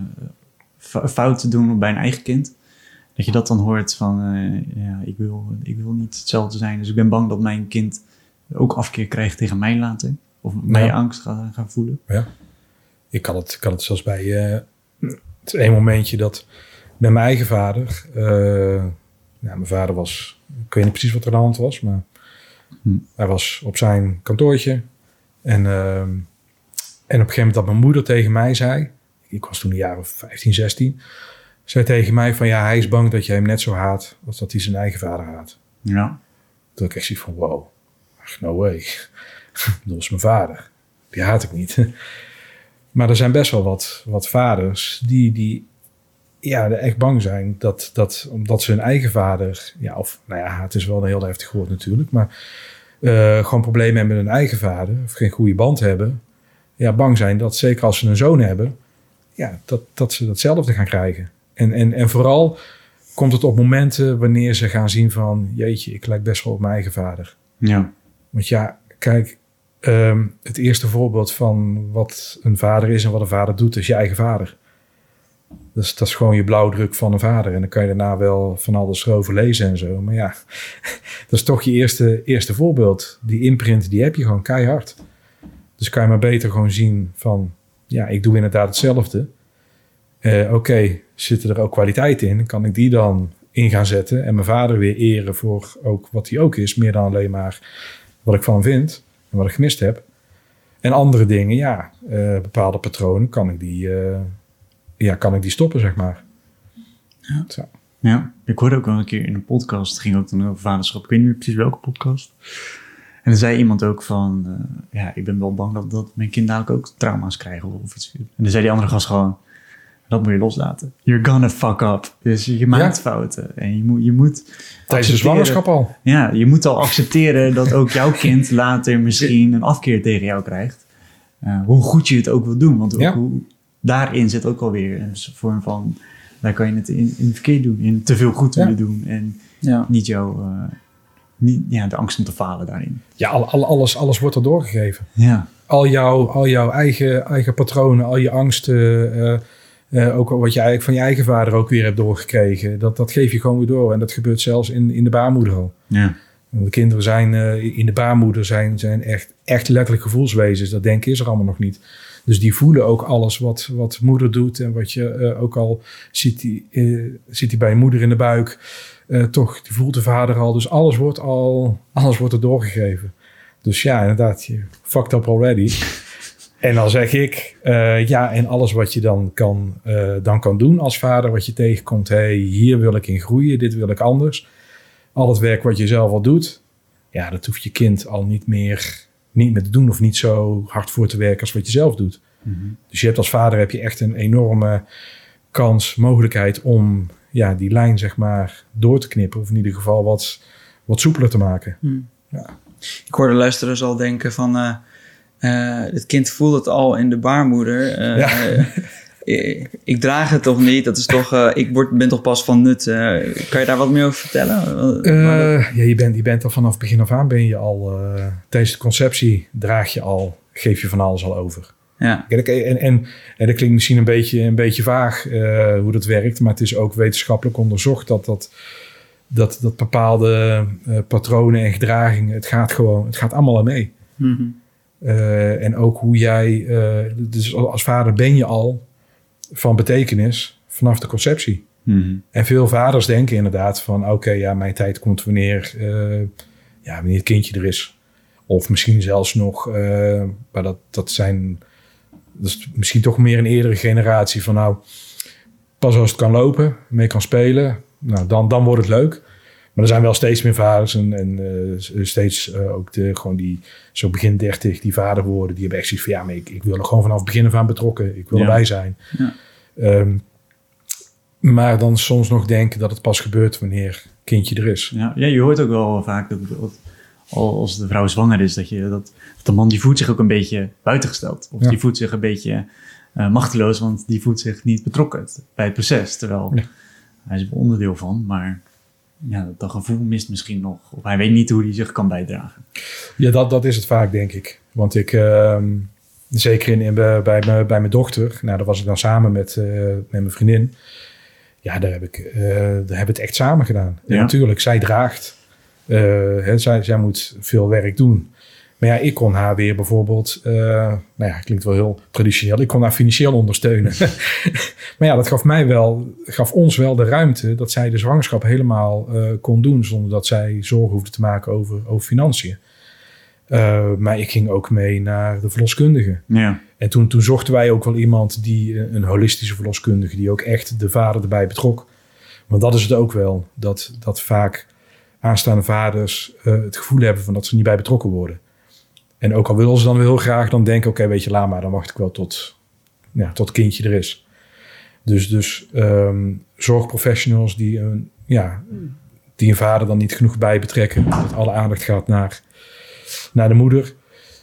Uh, fouten doen bij een eigen kind. Dat je dat dan hoort van... Uh, ja, ik wil, ik wil niet hetzelfde zijn. Dus ik ben bang dat mijn kind ook afkeer krijgt tegen mij later. Of mij Ja. angst gaat gaan voelen. Ja. Ik kan het, kan het zelfs bij... Uh, het is een momentje dat... Met mijn eigen vader... Uh, nou, mijn vader was... Ik weet niet precies wat er aan de hand was. Maar Hm. hij was op zijn kantoortje. En, uh, en op een gegeven moment dat mijn moeder tegen mij zei... Ik was toen een jaar of vijftien, zestien... Zei tegen mij van ja, hij is bang dat jij hem net zo haat... als dat hij zijn eigen vader haat. Ja. Toen ik echt zoiets van wow, no way. Dat was mijn vader. Die haat ik niet. Maar er zijn best wel wat, wat vaders die, die ja, er echt bang zijn dat, dat omdat ze hun eigen vader... Ja, of nou ja, het is wel een heel heftig woord natuurlijk. Maar uh, gewoon problemen hebben met hun eigen vader. Of geen goede band hebben. Ja, bang zijn dat zeker als ze een zoon hebben... Ja, dat, dat ze datzelfde gaan krijgen. En, en, en vooral komt het op momenten wanneer ze gaan zien van... Jeetje, ik lijk best wel op mijn eigen vader. Ja. Want ja, kijk, um, het eerste voorbeeld van wat een vader is en wat een vader doet, is je eigen vader. Dus dat is gewoon je blauwdruk van een vader. En dan kan je daarna wel van alles erover lezen en zo. Maar ja, dat is toch je eerste, eerste voorbeeld. Die imprint, die heb je gewoon keihard. Dus kan je maar beter gewoon zien van... Ja, ik doe inderdaad hetzelfde. Uh, Oké, okay, zitten er ook kwaliteiten in? Kan ik die dan in gaan zetten en mijn vader weer eren voor ook wat hij ook is, meer dan alleen maar wat ik van hem vind en wat ik gemist heb. En andere dingen, ja, uh, bepaalde patronen, kan ik die, uh, ja, kan ik die stoppen, zeg maar. Ja. Zo. Ja, ik hoorde ook wel een keer in een podcast, het ging ook dan over vaderschap, ik weet niet meer precies welke podcast. En dan zei iemand ook van, uh, ja, ik ben wel bang dat, dat mijn kind dadelijk ook trauma's krijgen of iets. En dan zei die andere gast gewoon, dat moet je loslaten. You're gonna fuck up. Dus je maakt ja. fouten. En je moet, je moet tijdens de zwangerschap al. Ja, je moet al accepteren dat ook jouw kind later misschien een afkeer tegen jou krijgt. Uh, hoe goed je het ook wil doen. Want ook ja. hoe, daarin zit ook alweer een vorm van, daar kan je het in, in verkeerd doen. In te veel goed willen ja. doen. En ja. niet jouw, uh, niet, ja, de angst om te falen daarin. Ja, al, al, alles, alles wordt er doorgegeven. Ja. Al jouw, al jouw eigen, eigen patronen, al je angsten... Uh, Uh, ook wat je eigenlijk van je eigen vader ook weer hebt doorgekregen. Dat, dat geef je gewoon weer door. En dat gebeurt zelfs in, in de baarmoeder al. Ja. De kinderen zijn uh, in de baarmoeder zijn, zijn echt, echt letterlijk gevoelswezens. Dat denken is er allemaal nog niet. Dus die voelen ook alles wat, wat moeder doet. En wat je uh, ook al ziet, die, uh, ziet die bij je moeder in de buik. Uh, toch, die voelt de vader al. Dus alles wordt al alles wordt er doorgegeven. Dus ja, inderdaad. Je fucked up already. En dan zeg ik, uh, ja, en alles wat je dan kan, uh, dan kan doen als vader, wat je tegenkomt, hey, hier wil ik in groeien, dit wil ik anders. Al het werk wat je zelf al doet, ja, dat hoeft je kind al niet meer, niet meer te doen of niet zo hard voor te werken als wat je zelf doet. Mm-hmm. Dus je hebt als vader heb je echt een enorme kans, mogelijkheid om ja, die lijn zeg maar door te knippen of in ieder geval wat, wat soepeler te maken. Mm. Ja. Ik hoorde luisteraars al denken van... Uh, Uh, het kind voelt het al in de baarmoeder. Uh, ja. uh, ik, ik draag het toch niet. Dat is toch. Uh, ik word, ben toch pas van nut. Uh, kan je daar wat meer over vertellen? Uh, dat... Ja, je bent, je bent al vanaf begin af aan ben je al. Uh, tijdens de conceptie draag je al, geef je van alles al over. Ja. En, en, en, en dat klinkt misschien een beetje, een beetje vaag uh, hoe dat werkt, maar het is ook wetenschappelijk onderzocht dat dat. Dat, dat bepaalde uh, patronen en gedragingen. Het gaat gewoon. Het gaat allemaal aan mee. Mm-hmm. Uh, en ook hoe jij, uh, dus als vader ben je al van betekenis vanaf de conceptie. Mm-hmm. En veel vaders denken inderdaad van oké, okay, ja, mijn tijd komt wanneer, uh, ja, wanneer het kindje er is. Of misschien zelfs nog, uh, maar dat, dat zijn, dat is misschien toch meer een eerdere generatie van nou, pas als het kan lopen, mee kan spelen, nou dan, dan wordt het leuk. Maar er zijn wel steeds meer vaders en, en uh, steeds uh, ook de, gewoon die zo begin dertig, die vader worden, die hebben echt zoiets van ja, maar ik, ik wil er gewoon vanaf het begin af aan betrokken. Ik wil ja. erbij zijn. Ja. Um, maar dan soms nog denken dat het pas gebeurt wanneer kindje er is. Ja, ja je hoort ook wel vaak dat, dat als de vrouw zwanger is, dat, je, dat, dat de man die voelt zich ook een beetje buitengesteld. Of ja. die voelt zich een beetje uh, machteloos, want die voelt zich niet betrokken bij het proces. Terwijl ja. hij is er onderdeel van, maar... ja, dat gevoel mist misschien nog. Of hij weet niet hoe hij zich kan bijdragen. Ja, dat, dat is het vaak, denk ik. Want ik, uh, zeker in, in, bij, bij, bij mijn dochter, nou, daar was ik dan samen met, uh, met mijn vriendin. Ja, daar heb ik uh, daar hebben we het echt samen gedaan. Ja. En natuurlijk, zij draagt. Uh, hè, zij, zij moet veel werk doen. Maar ja, ik kon haar weer bijvoorbeeld, uh, nou ja, klinkt wel heel traditioneel, ik kon haar financieel ondersteunen. Maar ja, dat gaf mij wel, gaf ons wel de ruimte dat zij de zwangerschap helemaal uh, kon doen, zonder dat zij zorgen hoefde te maken over, over financiën. Uh, maar ik ging ook mee naar de verloskundige. Ja. En toen, toen zochten wij ook wel iemand, die een holistische verloskundige, die ook echt de vader erbij betrok. Want dat is het ook wel, dat, dat vaak aanstaande vaders uh, het gevoel hebben van dat ze niet bij betrokken worden. En ook al willen ze dan heel graag, dan denken, oké, okay, weet je, laat maar, dan wacht ik wel tot, ja, tot het kindje er is. Dus, dus um, zorgprofessionals die een, ja, die een vader dan niet genoeg bij betrekken, dat alle aandacht gaat naar, naar de moeder.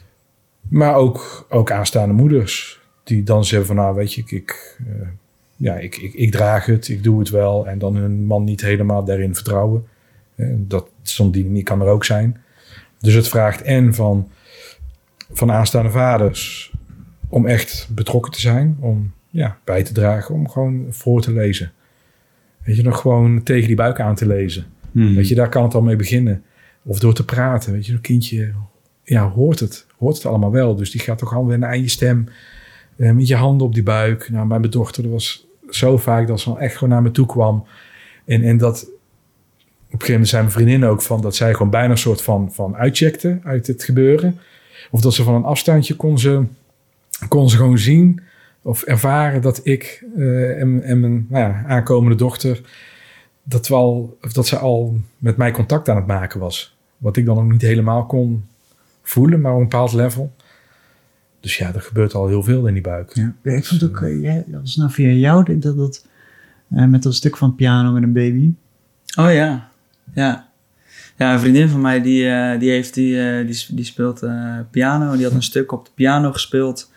Maar ook, ook aanstaande moeders, die dan zeggen van, nou, weet je, ik, ik, uh, ja, ik, ik, ik draag het, ik doe het wel. En dan hun man niet helemaal daarin vertrouwen. Uh, dat, zo'n dynamiek kan er ook zijn. Dus het vraagt en van... van aanstaande vaders om echt betrokken te zijn, om ja, bij te dragen, om gewoon voor te lezen. Weet je, nog gewoon tegen die buik aan te lezen. Hmm. Weet je, daar kan het al mee beginnen. Of door te praten, weet je, een kindje ja, hoort het, hoort het allemaal wel. Dus die gaat toch alweer naar je stem, eh, met je handen op die buik. Nou, mijn dochter, dat was zo vaak dat ze dan echt gewoon naar me toe kwam. En, en dat, op een gegeven moment zei mijn vriendin ook van, dat zij gewoon bijna een soort van, van uitcheckte uit het gebeuren. Of dat ze van een afstandje kon ze, kon ze gewoon zien of ervaren dat ik uh, en, en mijn nou ja, aankomende dochter, dat, we al, of dat ze al met mij contact aan het maken was. Wat ik dan nog niet helemaal kon voelen, maar op een bepaald level. Dus ja, er gebeurt al heel veel in die buik. Ja, ik vond ook, uh, ja, dat was nou via jou, dat, dat, uh, met dat stuk van piano met een baby. Oh ja, ja. Ja, een vriendin van mij die, uh, die, heeft, die, uh, die, die speelt uh, piano. Die had een stuk op de piano gespeeld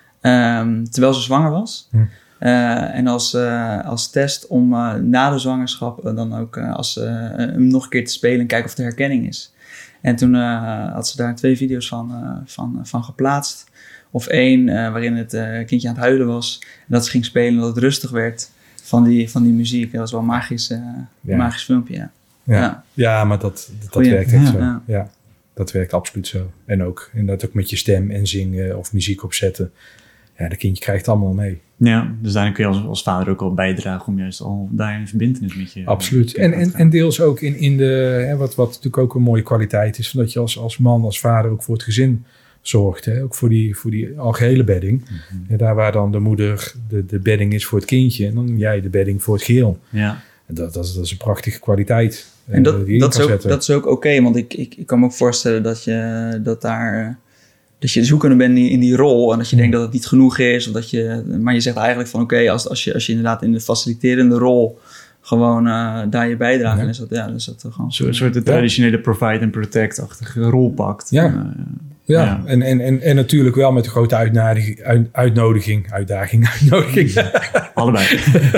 um, terwijl ze zwanger was. Hm. Uh, en als, uh, als test om uh, na de zwangerschap uh, dan ook uh, als, uh, hem nog een keer te spelen en kijken of er herkenning is. En toen uh, had ze daar twee video's van, uh, van, uh, van geplaatst. Of één uh, waarin het uh, kindje aan het huilen was. En dat ze ging spelen en dat het rustig werd van die, van die muziek. Dat was wel een magisch, uh, ja. magisch filmpje, ja. Ja, ja. ja maar dat, dat, dat werkt echt ja, zo. Ja. ja, dat werkt absoluut zo. En ook inderdaad ook met je stem en zingen of muziek opzetten. Ja, dat kindje krijgt het allemaal mee. Ja, dus daarin kun je als, als vader ook al bijdragen om juist al daar een verbintenis met je... Absoluut. En, en, en deels ook in, in de... Hè, wat, wat natuurlijk ook een mooie kwaliteit is, dat je als, als man, als vader ook voor het gezin zorgt. Hè? Ook voor die, voor die algehele bedding. Mm-hmm. Ja, daar waar dan de moeder de, de bedding is voor het kindje en dan jij de bedding voor het geheel. Ja. Dat, dat, is, dat is een prachtige kwaliteit. En dat, dat, is ook, dat is ook oké, okay, want ik, ik, ik kan me ook voorstellen dat je dat daar dat je zoekende bent in die, in die rol en dat je denkt dat het niet genoeg is, of dat je, maar je zegt eigenlijk van oké, okay, als, als, je, als je inderdaad in de faciliterende rol gewoon uh, daar je bijdrage, ja. is dat, ja, is dat gewoon zo, een soort de traditionele provide and protect-achtige rol pakt. Ja. Uh, Ja, ja. En, en, en, en natuurlijk wel met een grote uitnodiging, uit, uitnodiging, uitdaging, uitnodiging. Allebei.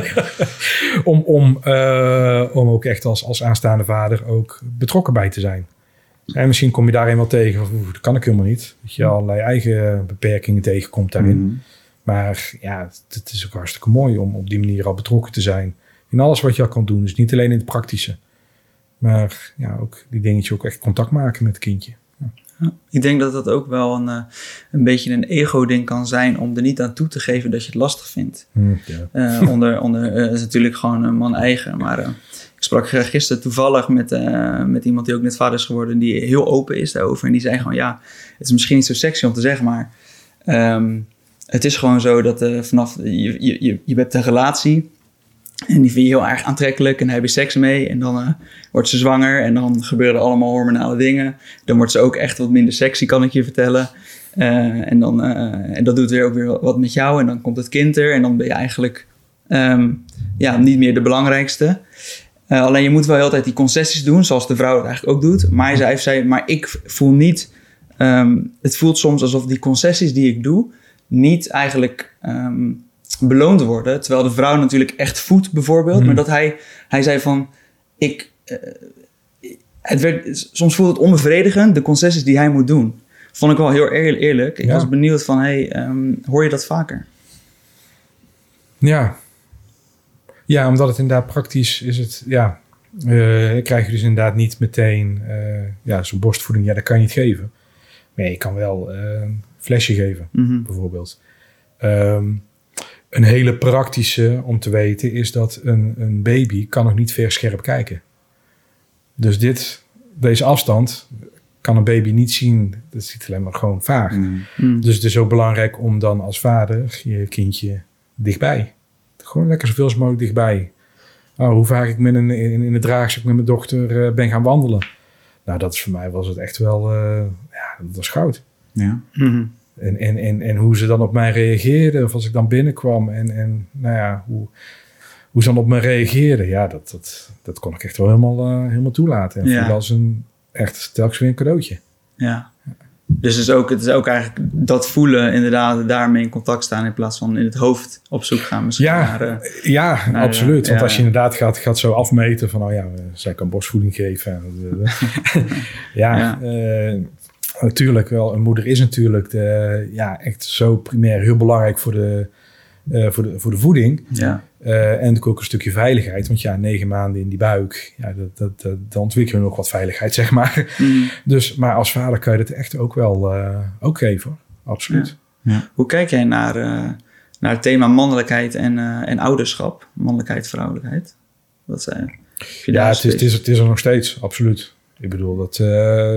om, om, uh, om ook echt als, als aanstaande vader ook betrokken bij te zijn. En misschien kom je daarin wel tegen, of, dat kan ik helemaal niet. Dat je allerlei eigen beperkingen tegenkomt daarin. Mm. Maar ja, het, het is ook hartstikke mooi om op die manier al betrokken te zijn. In alles wat je al kan doen. Dus niet alleen in het praktische. Maar ja, ook die dingetjes ook echt contact maken met het kindje. Ja. Ja, ik denk dat dat ook wel een, een beetje een ego-ding kan zijn om er niet aan toe te geven dat je het lastig vindt. Mm, yeah. uh, onder, onder uh, is natuurlijk gewoon een man eigen. Maar uh, ik sprak gisteren toevallig met, uh, met iemand die ook net vader is geworden, die heel open is daarover. En die zei gewoon, ja, het is misschien niet zo sexy om te zeggen, maar um, het is gewoon zo dat uh, vanaf, je, je, je hebt een relatie. En die vind je heel erg aantrekkelijk en daar heb je seks mee. En dan uh, wordt ze zwanger en dan gebeuren er allemaal hormonale dingen. Dan wordt ze ook echt wat minder sexy, kan ik je vertellen. Uh, en, dan, uh, en dat doet weer ook weer wat met jou. En dan komt het kind er en dan ben je eigenlijk um, ja, niet meer de belangrijkste. Uh, alleen je moet wel heel tijd die concessies doen, zoals de vrouw het eigenlijk ook doet. Maar hij zei, zei maar ik voel niet... Um, het voelt soms alsof die concessies die ik doe niet eigenlijk... Um, beloond worden, terwijl de vrouw natuurlijk echt voedt bijvoorbeeld, mm. maar dat hij, hij zei van, ik, uh, het werd, soms voelt het onbevredigend, de concessies die hij moet doen. Vond ik wel heel eer, eerlijk. Ik ja. was benieuwd van, hey, um, hoor je dat vaker? Ja. Ja, omdat het inderdaad praktisch is het, ja, uh, krijg je dus inderdaad niet meteen, uh, ja, zo'n borstvoeding, ja, dat kan je niet geven. Maar je kan wel uh, een flesje geven, mm-hmm. bijvoorbeeld. Um, een hele praktische om te weten is dat een, een baby kan nog niet verscherp kijken. Dus dit, deze afstand kan een baby niet zien. Dat ziet alleen maar gewoon vaag. Mm-hmm. Dus het is ook belangrijk om dan als vader je kindje dichtbij. Gewoon lekker zoveel als mogelijk dichtbij. Oh, hoe vaak ik met een, in, in de draagzak met mijn dochter uh, ben gaan wandelen. Nou, dat is voor mij was het echt wel, uh, ja, dat was goud. Ja. Mm-hmm. En, en, en, en hoe ze dan op mij reageerden, of als ik dan binnenkwam en, en nou ja, hoe, hoe ze dan op me reageerden, ja, dat, dat, dat kon ik echt wel helemaal, uh, helemaal toelaten. En ja. voelde als een echt telkens weer een cadeautje. Ja. Dus het is, ook, het is ook eigenlijk dat voelen, inderdaad, daarmee in contact staan in plaats van in het hoofd op zoek gaan misschien. Ja, naar, uh, ja naar, absoluut. Uh, Want ja, als je inderdaad gaat, gaat zo afmeten van, oh ja, zij kan borstvoeding geven. ja, ja. Uh, natuurlijk wel. Een moeder is natuurlijk de, ja, echt zo primair heel belangrijk voor de, uh, voor de, voor de voeding. Ja. Uh, en natuurlijk ook een stukje veiligheid. Want ja, negen maanden in die buik, ja, dat, dat, dat, dan ontwikkel je nog wat veiligheid, zeg maar. Mm. Dus, maar als vader kan je dat echt ook wel uh, ook geven. Absoluut. Ja. Ja. Hoe kijk jij naar, uh, naar het thema mannelijkheid en, uh, en ouderschap? Mannelijkheid, vrouwelijkheid? Wat zijn? Ja, het is, het, is, het is er nog steeds, absoluut. Ik bedoel, dat... Uh,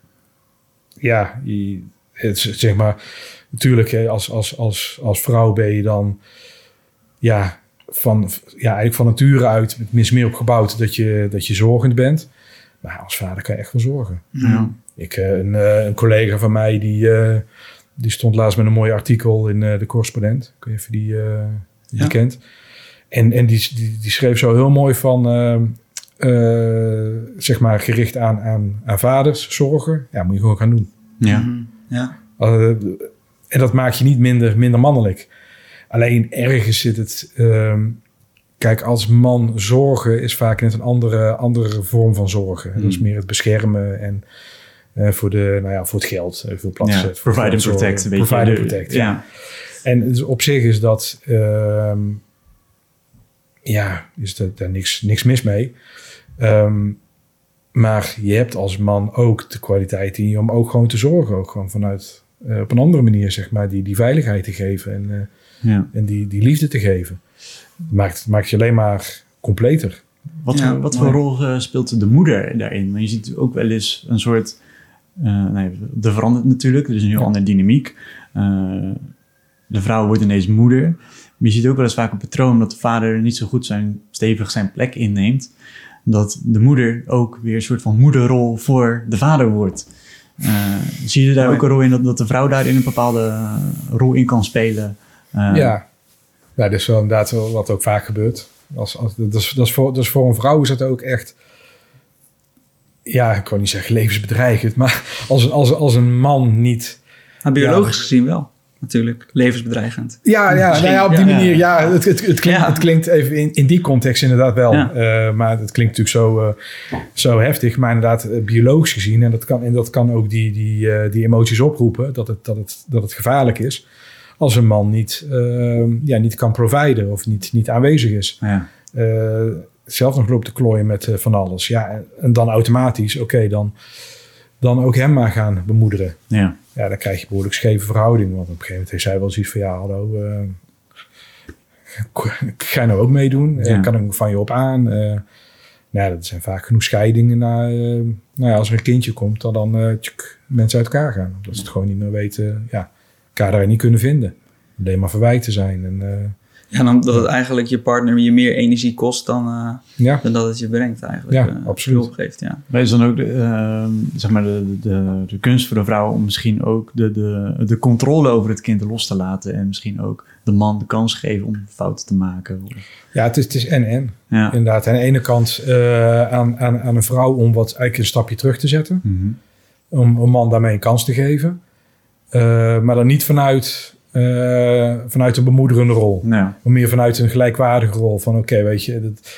ja, je, het, zeg maar... Natuurlijk, als, als, als, als vrouw ben je dan... Ja... Van, ja, eigenlijk van nature uit mis meer op gebouwd dat je, dat je zorgend bent. Maar als vader kan je echt wel zorgen. Ja. Ik, een, een collega van mij die, die stond laatst met een mooi artikel in de Correspondent. Ik weet niet of je die, uh, die ja. kent. En, en die, die, die schreef zo heel mooi van, uh, uh, zeg maar gericht aan, aan, aan vaders zorgen. Ja, moet je gewoon gaan doen. Ja. Mm-hmm. Ja. Uh, en dat maakt je niet minder, minder mannelijk. Alleen ergens zit het... Um, kijk, als man zorgen is vaak net een andere, andere vorm van zorgen. Hmm. Dat is meer het beschermen en uh, voor, de, nou ja, voor het geld. Veel plaats ja, provide and protect. Een provide beetje and protect, ja. ja. En dus op zich is dat... Um, ja, is er daar niks, niks mis mee. Um, maar je hebt als man ook de kwaliteit in je om ook gewoon te zorgen. Ook gewoon vanuit... Uh, op een andere manier, zeg maar, die, die veiligheid te geven en, uh, ja. en die, die liefde te geven. Maakt, maakt je alleen maar completer. Wat, ja, voor, wat voor rol uh, speelt de moeder daarin? Want je ziet ook wel eens een soort... Uh, nee, er verandert natuurlijk, er is een heel ja. andere dynamiek. Uh, de vrouw wordt ineens moeder. Maar je ziet ook wel eens vaak een patroon dat de vader niet zo goed zijn, stevig zijn plek inneemt. Dat de moeder ook weer een soort van moederrol voor de vader wordt. Uh, zie je daar ook een rol in dat, dat de vrouw daarin een bepaalde uh, rol in kan spelen? Uh, ja. ja, dat is wel inderdaad wel wat ook vaak gebeurt. Als, als, dat, is, dat, is voor, dat is voor een vrouw is dat ook echt... Ja, ik kan niet zeggen levensbedreigend, maar als, als, als een man niet... Maar biologisch ja, gezien wel, natuurlijk. Levensbedreigend. Ja, ja, nou ja op die ja, manier. Ja, ja het, het, het, klinkt, ja. het klinkt even in, in die context inderdaad wel. Ja. Uh, maar het klinkt natuurlijk zo, uh, zo heftig. Maar inderdaad, uh, biologisch gezien. En dat kan, en dat kan ook die, die, uh, die emoties oproepen. Dat het, dat, het, dat het gevaarlijk is. Als een man niet, uh, ja, niet kan providen. Of niet, niet aanwezig is. Ja. Uh, zelf nog loopt te klooien met uh, van alles. Ja, en, en dan automatisch, oké, okay, dan, dan ook hem maar gaan bemoederen. Ja. Ja, dan krijg je behoorlijk scheve verhouding. Want op een gegeven moment heeft zij wel zoiets van... ja, hallo, uh, ga je nou ook meedoen? Ja. Uh, kan ik van je op aan? Uh, nou ja, dat zijn vaak genoeg scheidingen. Na, uh, nou ja, als er een kindje komt, dan, dan uh, tjuk, mensen uit elkaar gaan. Omdat ze het gewoon niet meer weten... ja, elkaar daar niet kunnen vinden. Alleen maar verwijten zijn. En, uh, ja, dan dat het eigenlijk je partner je meer energie kost dan, uh, ja. dan dat het je brengt eigenlijk. Ja, uh, absoluut. Hulp geeft, ja. Maar is dan ook de, uh, zeg maar de, de, de kunst voor de vrouw om misschien ook de, de, de controle over het kind los te laten en misschien ook de man de kans geven om fouten te maken? Ja, het is, het is en-en. Ja. Inderdaad, aan de ene kant uh, aan, aan, aan een vrouw om wat eigenlijk een stapje terug te zetten. Mm-hmm. Om een man daarmee een kans te geven. Uh, maar dan niet vanuit... Uh, vanuit een bemoederende rol. Ja. Maar meer vanuit een gelijkwaardige rol. Van oké, okay, weet je, dat,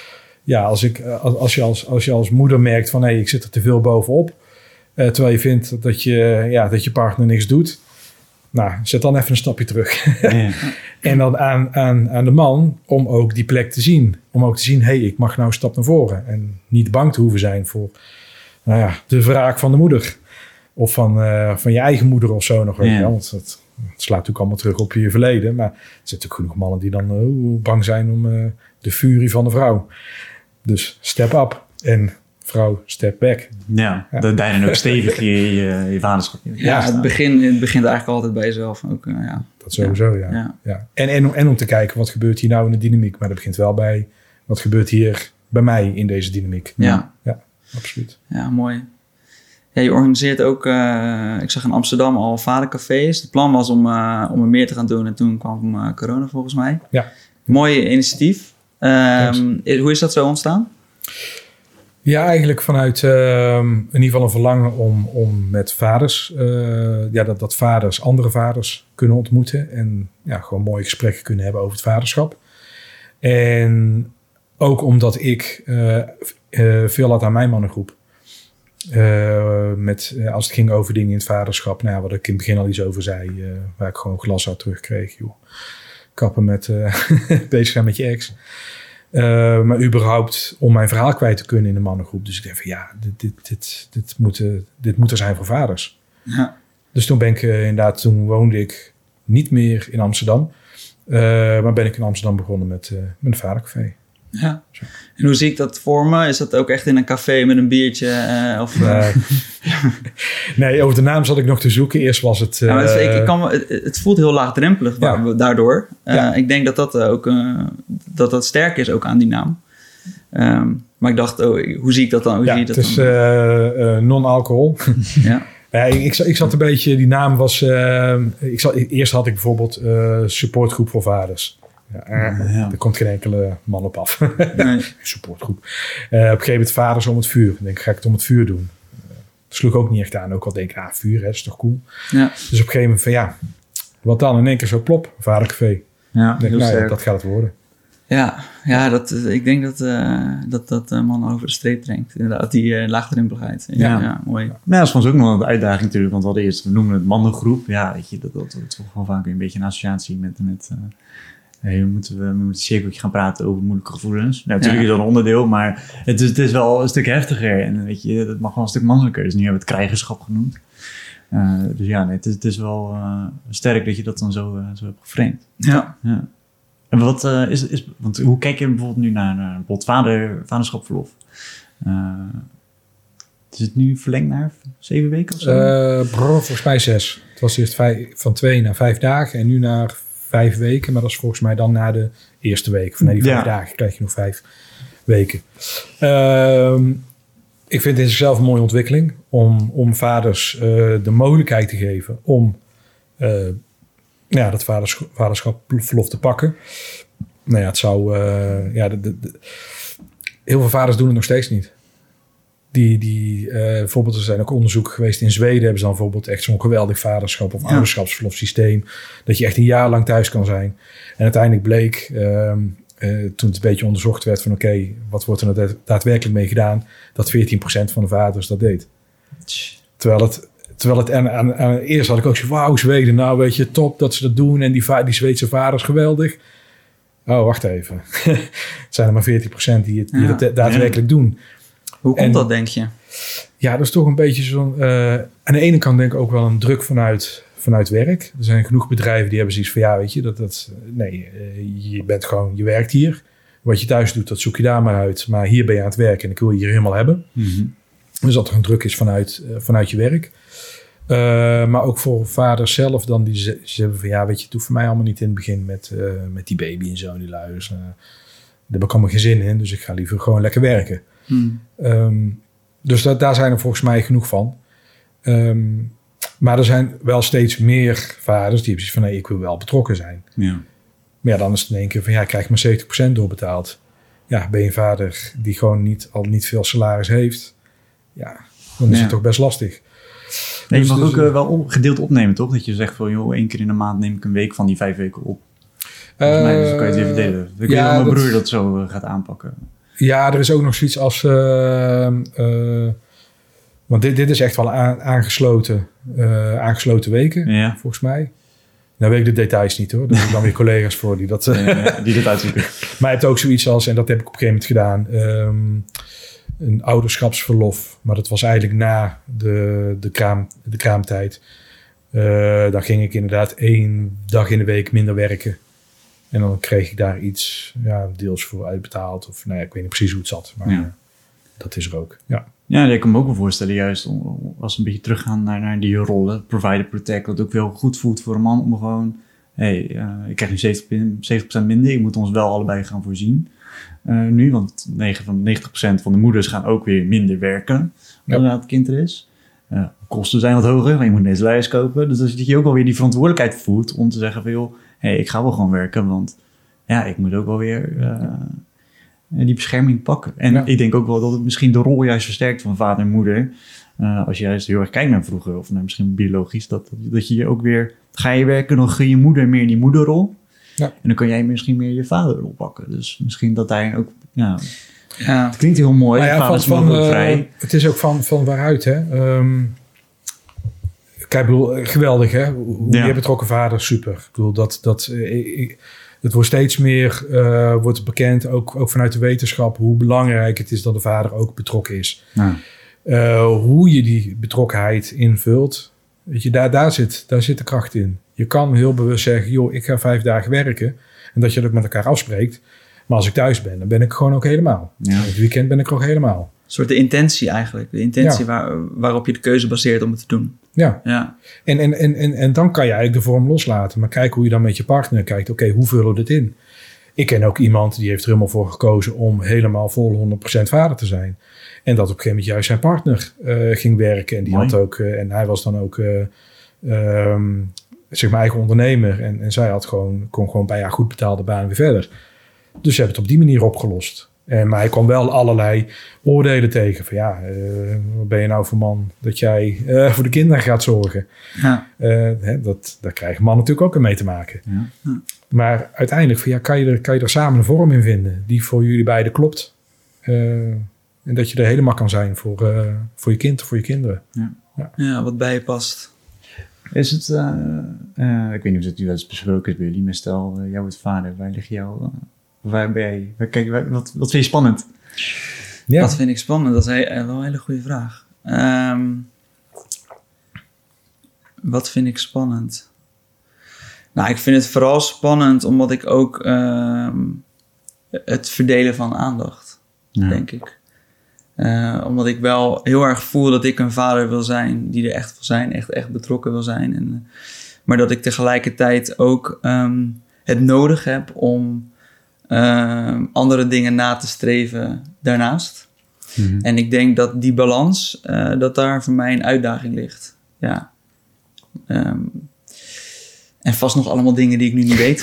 ja, als, ik, als, als, je als, als je als moeder merkt van... hé, hey, ik zit er te veel bovenop... Uh, terwijl je vindt dat je, ja, dat je partner niks doet... nou, zet dan even een stapje terug. Ja. En dan aan, aan, aan de man om ook die plek te zien. Om ook te zien, hé, hey, ik mag nou een stap naar voren. En niet bang te hoeven zijn voor nou ja, de wraak van de moeder. Of van, uh, van je eigen moeder of zo nog. Ja. Want het, het slaat natuurlijk allemaal terug op je verleden. Maar er zijn natuurlijk genoeg mannen die dan uh, bang zijn om uh, de furie van de vrouw. Dus step up. En vrouw, step back. Ja, ja. Dat daarin ook stevig je, je, je vaderschap. Ja, ja het, begin, het begint eigenlijk altijd bij jezelf. Ook, uh, ja. Dat sowieso, ja. ja. ja. En, en, en om te kijken, wat gebeurt hier nou in de dynamiek? Maar dat begint wel bij, wat gebeurt hier bij mij in deze dynamiek? Ja, ja absoluut. Ja, mooi. Ja, je organiseert ook, uh, ik zag in Amsterdam al vadercafés. Het plan was om, uh, om er meer te gaan doen en toen kwam uh, corona volgens mij. Ja. Mooi initiatief. Um, hoe is dat zo ontstaan? Ja, eigenlijk vanuit uh, in ieder geval een verlangen om, om met vaders, uh, ja, dat, dat vaders andere vaders kunnen ontmoeten. En ja, gewoon mooie gesprekken kunnen hebben over het vaderschap. En ook omdat ik uh, uh, veel had aan mijn mannengroep. Uh, met, uh, als het ging over dingen in het vaderschap, nou ja, wat ik in het begin al iets over zei, uh, waar ik gewoon glas uit terugkreeg. Joh. Kappen met uh, bezig zijn met je ex. Uh, maar überhaupt om mijn verhaal kwijt te kunnen in de mannengroep. Dus ik dacht van ja, dit, dit, dit, dit, moet, uh, dit moet er zijn voor vaders. Ja. Dus toen ben ik uh, inderdaad, toen woonde ik niet meer in Amsterdam. Uh, maar ben ik in Amsterdam begonnen met, uh, met een vadercafé. Ja. Zo. En hoe zie ik dat voor me? Is dat ook echt in een café met een biertje? Uh, of, uh... nee, over de naam zat ik nog te zoeken. Eerst was het... Uh... Ja, het, ik, ik kan, het, het voelt heel laagdrempelig ja. daardoor. Uh, ja. Ik denk dat dat ook uh, dat dat sterk is ook aan die naam. Um, maar ik dacht, oh, hoe zie ik dat dan? Hoe ja, zie je dat het is dan? Uh, uh, non-alcohol. Ja. Ja, ik, ik, ik zat een beetje... Die naam was... Uh, ik zat, eerst had ik bijvoorbeeld uh, supportgroep voor vaders. Ja, uh, ja. Er komt geen enkele man op af. Nee. Supportgroep. Uh, op een gegeven moment vaders om het vuur. Ik denk, ga ik het om het vuur doen? Uh, dat sloeg ook niet echt aan. Ook al denk ik, ah, vuur, hè, dat is toch cool? Ja. Dus op een gegeven moment van, ja, wat dan? In één keer zo plop, vadercafé. Ja, denk, nou, ja, dat gaat het worden. Ja, ja dat, ik denk dat uh, dat, dat uh, man over de streep brengt. Inderdaad, die uh, laagdrempeligheid. Ja. Ja, ja, mooi. Ja, dat is voor ons ook nog een uitdaging natuurlijk. Want we hadden eerst, we noemen het mandengroep. Ja, weet je, dat, dat, dat is toch wel vaak een beetje een associatie met... met uh, Hey, we moeten we met een cirkeltje gaan praten over moeilijke gevoelens. Nou, natuurlijk ja. is dat een onderdeel, maar het is, het is wel een stuk heftiger. En weet je, dat mag wel een stuk mannelijker. Dus nu hebben we het krijgerschap genoemd. Uh, dus ja, nee, het, is, het is wel uh, sterk dat je dat dan zo, uh, zo hebt geframed. Ja. ja. En wat uh, is, is... Want hoe kijk je bijvoorbeeld nu naar, naar bijvoorbeeld vader, vaderschapverlof? Uh, is het nu verlengd naar zeven weken of zo? Uh, bro, volgens mij zes. Het was eerst vijf, van twee naar vijf dagen en nu naar... vijf weken, maar dat is volgens mij dan na de eerste week. Van die vijf ja. dagen krijg je nog vijf weken. Uh, ik vind het in zichzelf een mooie ontwikkeling om, om vaders uh, de mogelijkheid te geven om uh, ja, dat vaders, vaderschapverlof te pakken. Nou ja, het zou... Uh, ja, de, de, de, heel veel vaders doen het nog steeds niet. Die, die, uh, bijvoorbeeld, er zijn ook onderzoeken geweest in Zweden. Hebben ze dan bijvoorbeeld echt zo'n geweldig vaderschap of ja. ouderschapsverlofsysteem. Dat je echt een jaar lang thuis kan zijn. En uiteindelijk bleek, uh, uh, toen het een beetje onderzocht werd van oké, okay, wat wordt er nou daadwerkelijk mee gedaan? Dat veertien procent van de vaders dat deed. Terwijl het, terwijl het en, en, en eerst had ik ook zo, wauw, Zweden, nou weet je, top dat ze dat doen. En die, die Zweedse vaders, geweldig. Oh, wacht even. Het zijn er maar veertien procent die het, die ja. het daadwerkelijk ja. doen. Hoe komt en, dat, denk je? Ja, dat is toch een beetje zo'n... Uh, aan de ene kant denk ik ook wel een druk vanuit, vanuit werk. Er zijn genoeg bedrijven die hebben zoiets van... ja, weet je, dat, dat, nee, uh, je bent gewoon... je werkt hier. Wat je thuis doet, dat zoek je daar maar uit. Maar hier ben je aan het werken en ik wil je hier helemaal hebben. Mm-hmm. Dus dat er een druk is vanuit, uh, vanuit je werk. Uh, maar ook voor vaders zelf dan... die ze, ze hebben van... ja, weet je, het hoeft voor mij allemaal niet in het begin... met, uh, met die baby en zo, die luiers. Uh, daar heb ik allemaal geen zin in. Dus ik ga liever gewoon lekker werken. Hmm. Um, dus dat, daar zijn er volgens mij genoeg van. Um, maar er zijn wel steeds meer vaders die hebben zoiets van... nee, ik wil wel betrokken zijn. Ja. Maar ja, dan is het in één keer van... ja, ik krijg maar zeventig procent doorbetaald. Ja, ben je een vader die gewoon niet, al niet veel salaris heeft... ja, dan is ja. het toch best lastig. Nee, dus, je mag dus, ook uh, wel op, gedeeld opnemen, toch? Dat je zegt van, joh, één keer in de maand neem ik een week van die vijf weken op. Volgens uh, mij, dus dan kan je het even delen. Ik ja, weet dat mijn broer dat zo uh, gaat aanpakken. Ja, er is ook nog zoiets als... Uh, uh, want dit, dit is echt wel aan, aangesloten, uh, aangesloten weken, ja. volgens mij. Nou weet ik de details niet hoor. Daar heb ik dan weer collega's voor die dat, uh, ja, die dat uitzoeken. Maar je hebt ook zoiets als, en dat heb ik op een gegeven moment gedaan... Um, een ouderschapsverlof. Maar dat was eigenlijk na de, de, kraam, de kraamtijd. Uh, dan ging ik inderdaad één dag in de week minder werken. En dan kreeg ik daar iets ja, deels voor uitbetaald. Of nou ja, ik weet niet precies hoe het zat. Maar ja. uh, dat is er ook. Ja, ja ik kan me ook wel voorstellen. Juist om, als we een beetje teruggaan naar, naar die rollen. Provider, protect. Dat ook wel goed voelt voor een man om gewoon... Hé, hey, uh, ik krijg nu zeventig procent minder. Ik moet ons wel allebei gaan voorzien. Uh, nu, want negentig procent van de moeders gaan ook weer minder werken. Als ja. het kind er is. Uh, kosten zijn wat hoger, maar je moet deze lijst kopen. Dus dat je ook wel weer die verantwoordelijkheid voelt om te zeggen van joh, hey, ik ga wel gewoon werken, want ja, ik moet ook wel weer uh, die bescherming pakken. En ja. ik denk ook wel dat het misschien de rol juist versterkt van vader en moeder. Uh, als je juist heel erg kijkt naar vroeger, of naar misschien biologisch, dat, dat je ook weer, ga je werken, dan gun je moeder meer die moederrol. Ja. En dan kan jij misschien meer je vaderrol pakken. Dus misschien dat hij ook... Ja, ja. Het klinkt heel mooi. Nou ja, vaders van, mogen ook uh, vrij. Het is ook van, van waaruit, hè. Um, kijk, ik bedoel, geweldig, hè. Hoe ja. je hebt betrokken vader, super. Ik bedoel, dat... dat uh, ik, het wordt steeds meer uh, wordt bekend, ook, ook vanuit de wetenschap... hoe belangrijk het is dat de vader ook betrokken is. Ja. Uh, hoe je die betrokkenheid invult... Weet je, daar, daar, zit, daar zit de kracht in. Je kan heel bewust zeggen, joh, ik ga vijf dagen werken. En dat je dat met elkaar afspreekt. Maar als ik thuis ben, dan ben ik gewoon ook helemaal. Ja. Het weekend ben ik er ook helemaal. Een soort de intentie eigenlijk. De intentie ja. waar, waarop je de keuze baseert om het te doen. Ja. ja. En, en, en, en, en dan kan je eigenlijk de vorm loslaten. Maar kijk hoe je dan met je partner kijkt. Oké, okay, hoe vullen we dit in? Ik ken ook iemand die heeft er helemaal voor gekozen om helemaal vol honderd procent vader te zijn. En dat op een gegeven moment juist zijn partner uh, ging werken. En die Mooi. had ook, uh, en hij was dan ook uh, um, zeg maar eigen ondernemer. En, en zij had gewoon, kon gewoon bij haar goed betaalde baan weer verder. Dus ze hebben het op die manier opgelost. En, maar hij kwam wel allerlei oordelen tegen. Van ja, uh, wat ben je nou voor man dat jij uh, voor de kinderen gaat zorgen? Ja. Uh, hè, dat, daar krijgen mannen natuurlijk ook mee te maken. Ja. Ja. Maar uiteindelijk van, ja, kan, je er, kan je er samen een vorm in vinden die voor jullie beiden klopt. Uh, en dat je er helemaal kan zijn voor, uh, voor je kind of voor je kinderen. Ja, ja. ja wat bij je past. Is het, uh, uh, ik weet niet of het u wel eens besproken is bij jullie, maar stel, uh, jij wordt vader, waar lig jou... Uh, Waar ben je? Waar, kijk, waar, wat, wat vind je spannend? Ja. Wat vind ik spannend? Dat is he- wel een hele goede vraag. Um, wat vind ik spannend? Nou, ik vind het vooral spannend omdat ik ook um, het verdelen van aandacht, ja. denk ik. Uh, omdat ik wel heel erg voel dat ik een vader wil zijn die er echt wil zijn, echt, echt betrokken wil zijn. En, uh, maar dat ik tegelijkertijd ook um, het nodig heb om Uh, andere dingen na te streven daarnaast. Mm-hmm. En ik denk dat die balans, uh, dat daar voor mij een uitdaging ligt. Ja. Um, en vast nog allemaal dingen die ik nu niet weet.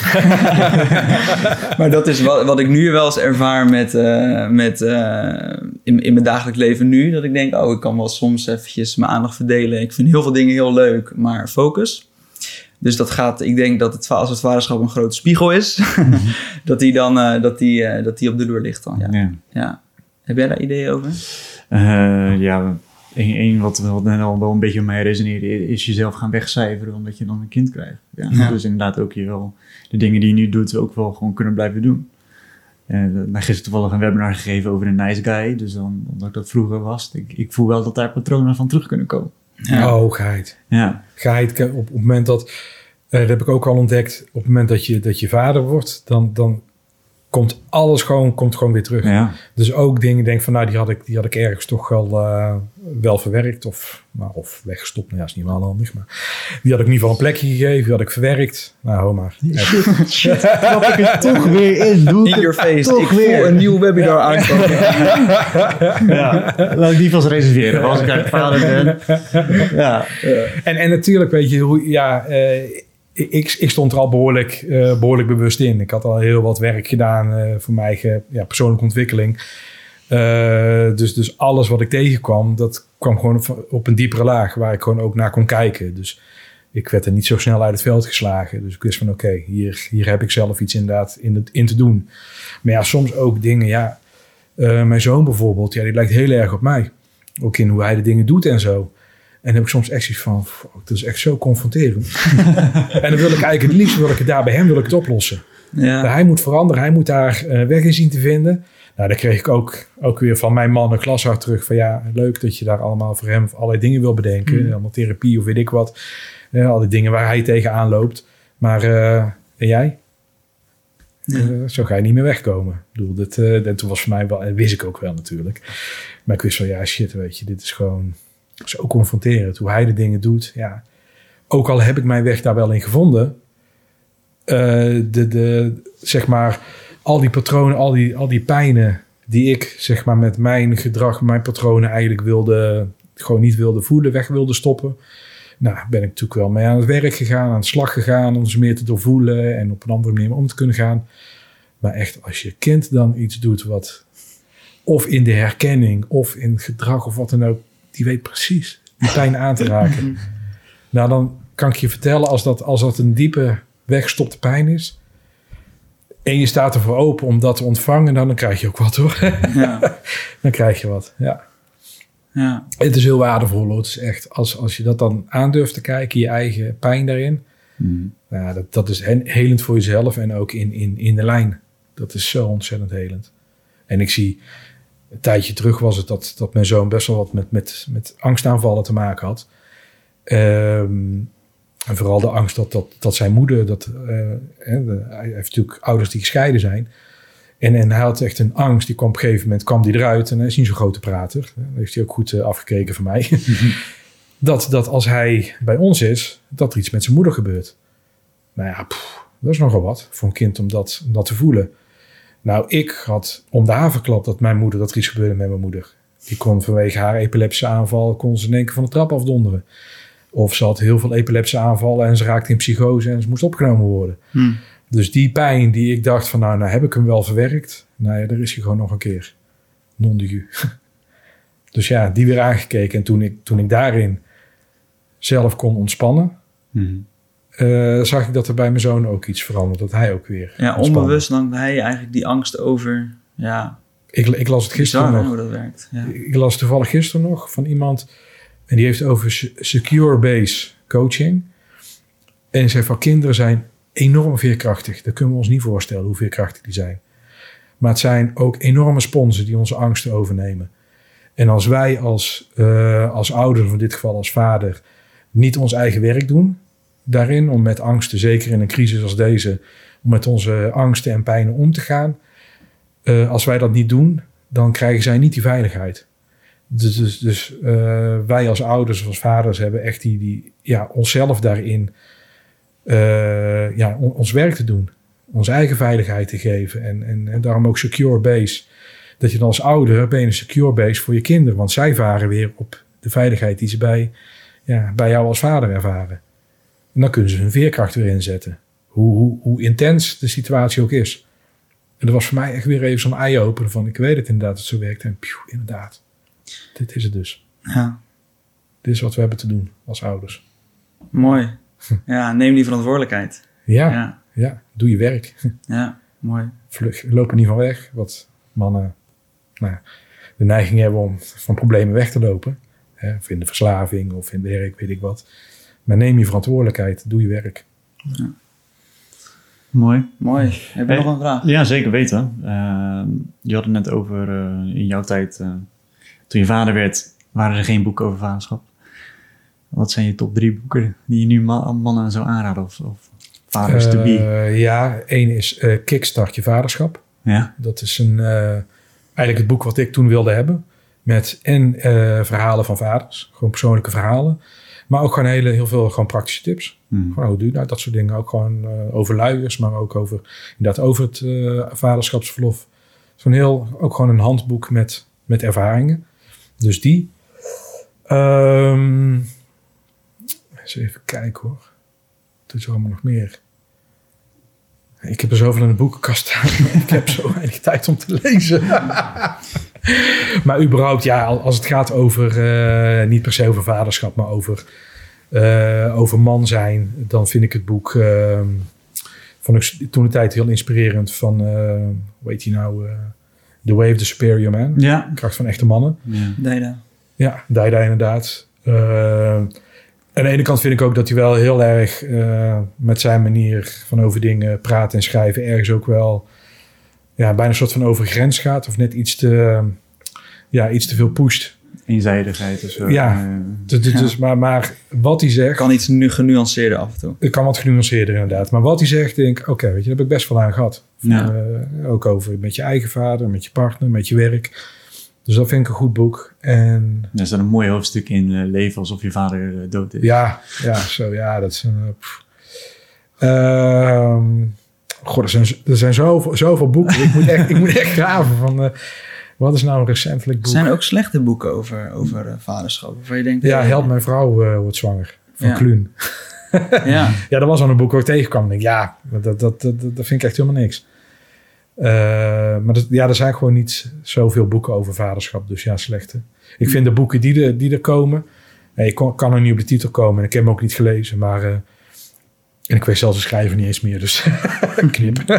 Maar dat is wat, wat ik nu wel eens ervaar met, uh, met uh, in, in mijn dagelijks leven nu. Dat ik denk, oh, ik kan wel soms eventjes mijn aandacht verdelen. Ik vind heel veel dingen heel leuk, maar focus. Dus dat gaat, ik denk dat het, als het vaderschap een grote spiegel is, mm-hmm. dat die dan uh, dat die, uh, dat die op de loer ligt dan. Ja. Ja. Ja. Heb jij daar ideeën over? Uh, ja, één wat, wat net al wel een beetje op mij resoneerde, is jezelf gaan wegcijferen omdat je dan een kind krijgt. Ja. Ja. Dus inderdaad ook je wel de dingen die je nu doet ook wel gewoon kunnen blijven doen. Uh, nou, gisteren toevallig een webinar gegeven over een nice guy, dus dan, omdat ik dat vroeger was. Ik, ik voel wel dat daar patronen van terug kunnen komen. Ja. Oh, geheid. Ja. Geheid, op, op het moment dat, uh, dat heb ik ook al ontdekt, op het moment dat je, dat je vader wordt, dan, dan komt alles gewoon, komt gewoon weer terug. Ja. Dus ook dingen, denk van, nou, die had ik, die had ik ergens toch wel, uh, wel verwerkt of, nou, of weggestopt. Nou ja, is niet helemaal handig, maar die had ik in ieder geval een plekje gegeven, die had ik verwerkt. Nou, hou maar. Shit, shit, knap ik het toch weer in. Doe in your face. Toch ik weer voel een nieuw webinar ja. aankomen. Ja, laat ik die vast reserveren. Als ik uit vader ben. Ja. En, en natuurlijk, weet je, hoe, ja... Uh, Ik, ik stond er al behoorlijk, uh, behoorlijk bewust in. Ik had al heel wat werk gedaan uh, voor mijn eigen ja, persoonlijke ontwikkeling. Uh, dus, dus alles wat ik tegenkwam, dat kwam gewoon op, op een diepere laag waar ik gewoon ook naar kon kijken. Dus ik werd er niet zo snel uit het veld geslagen. Dus ik wist van oké, okay, hier, hier heb ik zelf iets inderdaad in, het, in te doen. Maar ja, soms ook dingen, ja... Uh, mijn zoon bijvoorbeeld, ja, die lijkt heel erg op mij. Ook in hoe hij de dingen doet en zo. En dan heb ik soms echt zoiets van, dat is echt zo confronterend. En dan wil ik eigenlijk het liefst, wil ik het daar bij hem wil ik het oplossen. Ja. Hij moet veranderen, hij moet daar uh, weg in zien te vinden. Nou, dan kreeg ik ook, ook weer van mijn man een glashart terug. Van ja, leuk dat je daar allemaal voor hem allerlei dingen wil bedenken. Mm. Allemaal therapie of weet ik wat. Uh, al die dingen waar hij tegenaan loopt. Maar uh, en jij? Ja. Uh, zo ga je niet meer wegkomen. Ik bedoel, dit, uh, en toen was voor mij wel, en wist ik ook wel natuurlijk. Maar ik wist van ja, shit, weet je, dit is gewoon zo confronterend. Hoe hij de dingen doet, ja. Ook al heb ik mijn weg daar wel in gevonden. Uh, de, de, zeg maar, al die patronen, al die, al die pijnen die ik, zeg maar, met mijn gedrag, mijn patronen eigenlijk wilde, gewoon niet wilde voelen, weg wilde stoppen. Nou, ben ik natuurlijk wel mee aan het werk gegaan, aan de slag gegaan, om ze meer te doorvoelen en op een andere manier om te kunnen gaan. Maar echt, als je kind dan iets doet wat, of in de herkenning, of in gedrag, of wat dan ook, die weet precies die pijn aan te raken. Nou, dan kan ik je vertellen, als dat, als dat een diepe, weggestopte pijn is, en je staat ervoor open om dat te ontvangen, dan, dan krijg je ook wat, hoor. Ja. Dan krijg je wat, ja. Ja. Het is heel waardevol, hoor. Het is echt, als, als je dat dan aandurft te kijken, je eigen pijn daarin, mm. nou, dat, dat is helend voor jezelf en ook in, in, in de lijn. Dat is zo ontzettend helend. En ik zie, een tijdje terug was het dat, dat mijn zoon best wel wat met, met, met angstaanvallen te maken had. Um, en vooral de angst dat, dat, dat zijn moeder, dat, uh, hè, de, hij heeft natuurlijk ouders die gescheiden zijn. En, en hij had echt een angst. Die kwam op een gegeven moment kwam die eruit. En hij is niet zo'n grote prater. Dat heeft hij ook goed uh, afgekeken van mij. Mm-hmm. dat, dat als hij bij ons is, dat er iets met zijn moeder gebeurt. Nou ja, pff, dat is nogal wat voor een kind om dat, om dat te voelen. Nou, ik had om de haverklap dat mijn moeder, dat er iets gebeurde met mijn moeder. Die kon vanwege haar epileptische aanval, kon ze in één keer van de trap afdonderen. Of ze had heel veel epileptische aanvallen en ze raakte in psychose en ze moest opgenomen worden. Hmm. Dus die pijn die ik dacht van nou, nou heb ik hem wel verwerkt. Nou ja, daar is hij gewoon nog een keer. Non de jus. Dus ja, die weer aangekeken. En toen ik, toen ik daarin zelf kon ontspannen, hmm. uh, zag ik dat er bij mijn zoon ook iets veranderde. Dat hij ook weer Ja, ontspannen. Onbewust nam hij eigenlijk die angst over. Ja, ik, ik las het gisteren bizar, nog. Hoe dat werkt. Ja. Ik las toevallig gisteren nog van iemand. En die heeft over secure base coaching. En zei van kinderen zijn enorm veerkrachtig. Dat kunnen we ons niet voorstellen hoe veerkrachtig die zijn. Maar het zijn ook enorme sponsen die onze angsten overnemen. En als wij als, uh, als ouder, of in dit geval als vader, niet ons eigen werk doen daarin, om met angsten, zeker in een crisis als deze, om met onze angsten en pijnen om te gaan. Uh, als wij dat niet doen, dan krijgen zij niet die veiligheid. Dus, dus, dus uh, wij als ouders, als vaders hebben echt die, die ja, onszelf daarin uh, ja, on, ons werk te doen. Onze eigen veiligheid te geven. En, en, en daarom ook secure base. Dat je dan als ouder ben je een secure base voor je kinderen. Want zij varen weer op de veiligheid die ze bij, ja, bij jou als vader ervaren. En dan kunnen ze hun veerkracht weer inzetten. Hoe, hoe, hoe intens de situatie ook is. En dat was voor mij echt weer even zo'n eye-opener van ik weet het inderdaad dat het zo werkt. En pjoe, inderdaad. Dit is het dus. Ja. Dit is wat we hebben te doen als ouders. Mooi. Ja, neem die verantwoordelijkheid. Ja, ja. ja doe je werk. Ja, mooi. Vlug, loop er niet van weg. Wat mannen nou, de neiging hebben om van problemen weg te lopen. Hè, of in de verslaving of in werk, weet ik wat. Maar neem je verantwoordelijkheid, doe je werk. Ja. Mooi. Mooi. Heb je hey, nog een vraag? Ja, zeker weten. Uh, je had het net over uh, in jouw tijd, uh, toen je vader werd, waren er geen boeken over vaderschap. Wat zijn je top drie boeken die je nu ma- mannen zou aanraden of, of vaders uh, to be? Ja, één is uh, Kickstart je vaderschap. Ja. Dat is een, uh, eigenlijk het boek wat ik toen wilde hebben. Met en uh, verhalen van vaders. Gewoon persoonlijke verhalen. Maar ook gewoon hele, heel veel gewoon praktische tips. Hmm. Gewoon, hoe doe je nou dat soort dingen. Ook gewoon uh, over luiers, maar ook over, inderdaad over het uh, vaderschapsverlof. Zo'n heel, ook gewoon een handboek met, met ervaringen. Dus die. Um, eens even kijken hoor. Wat is er allemaal nog meer? Ik heb er zoveel in de boekenkast staan. Ik heb zo weinig tijd om te lezen. Maar überhaupt, ja, als het gaat over, uh, niet per se over vaderschap, maar over, uh, over man zijn, dan vind ik het boek, uh, vond ik toen de tijd heel inspirerend van, uh, hoe heet hij nou, uh, The Way of the Superior Man. Ja. Kracht van echte mannen. Ja. Daida. Ja, Daida inderdaad. Uh, aan de ene kant vind ik ook dat hij wel heel erg uh, met zijn manier van over dingen praten en schrijven ergens ook wel ja, bijna een soort van over grens gaat. Of net iets te, uh, ja, iets te veel pusht. Eenzijdigheid of zo. Ja, uh, dus, dus, ja. maar, maar wat hij zegt... Kan iets nu genuanceerder af en toe. Het kan wat genuanceerder inderdaad. Maar wat hij zegt, denk ik, oké, okay, weet je, daar heb ik best wel aan gehad. Ja. Uh, ook over met je eigen vader, met je partner, met je werk. Dus dat vind ik een goed boek. En er staat een mooi hoofdstuk in uh, leven alsof je vader uh, dood is. Ja, ja, zo, ja, dat is een... Uh, uh, goh, er zijn, er zijn zoveel, zoveel boeken. ik, moet echt, ik moet echt graven van... Uh, wat is nou een recentelijk boek? Er zijn ook slechte boeken over, over uh, vaderschap. Waarvan je denkt... Ja, hey, Help mijn vrouw uh, wordt zwanger. Van ja. Kluun. ja. ja, dat was al een boek waar ik tegenkwam. En ik denk, ja, dat, dat, dat, dat, dat vind ik echt helemaal niks. Uh, maar dat, ja, er zijn gewoon niet zoveel boeken over vaderschap. Dus ja, slechte. Ik vind de boeken die er, die er komen... Ik kon, kan er niet op de titel komen. En ik heb hem ook niet gelezen. Maar... Uh, en ik weet zelfs de schrijver niet eens meer. Dus knip. uh,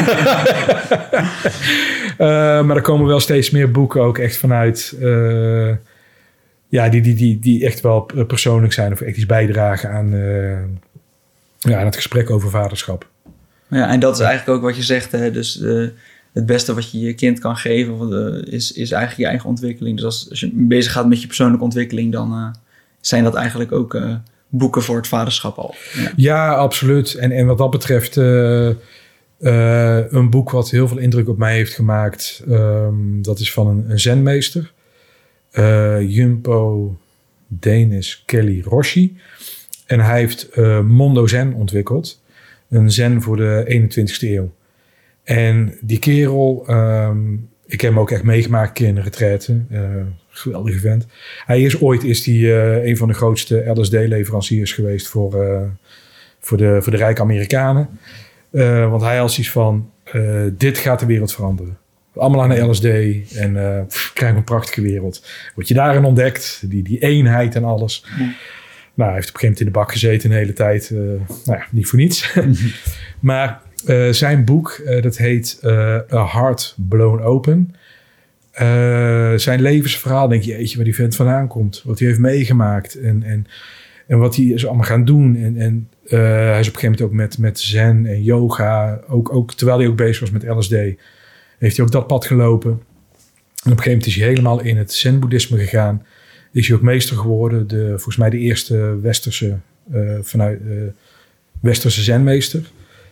maar er komen wel steeds meer boeken ook echt vanuit... Uh, ja, die, die, die, die echt wel persoonlijk zijn. Of echt iets bijdragen aan, uh, ja, aan het gesprek over vaderschap. Ja, en dat is eigenlijk ook wat je zegt. Hè? Dus uh, het beste wat je je kind kan geven uh, is, is eigenlijk je eigen ontwikkeling. Dus als, als je bezig gaat met je persoonlijke ontwikkeling... dan uh, zijn dat eigenlijk ook uh, boeken voor het vaderschap al. Ja, ja absoluut. En, en wat dat betreft... Uh, uh, een boek wat heel veel indruk op mij heeft gemaakt... Um, dat is van een, een zenmeester. Uh, Jumpo Denis Kelly Roshi. En hij heeft uh, Mondo Zen ontwikkeld. Een zen voor de eenentwintigste eeuw. En die kerel, um, ik heb hem ook echt meegemaakt, een keer in een retraite. Uh, geweldige vent. Hij is ooit is die, uh, een van de grootste L S D-leveranciers geweest voor, uh, voor, de, voor de rijke Amerikanen. Uh, want hij had zoiets van, uh, dit gaat de wereld veranderen. Allemaal aan de L S D en uh, pff, krijg een prachtige wereld. Word je daarin ontdekt, die, die eenheid en alles. Ja. Nou, hij heeft op een gegeven moment in de bak gezeten een hele tijd. Uh, nou ja, niet voor niets. maar uh, zijn boek, uh, dat heet uh, A Heart Blown Open. Uh, zijn levensverhaal, denk je, jeetje, waar die vent vandaan komt. Wat hij heeft meegemaakt en, en, en wat hij is allemaal gaan doen. En, en uh, hij is op een gegeven moment ook met, met zen en yoga, ook, ook, terwijl hij ook bezig was met L S D, heeft hij ook dat pad gelopen. En op een gegeven moment is hij helemaal in het zen-boeddhisme gegaan. Is hij ook meester geworden. De, volgens mij de eerste westerse, uh, vanuit, uh, westerse zenmeester.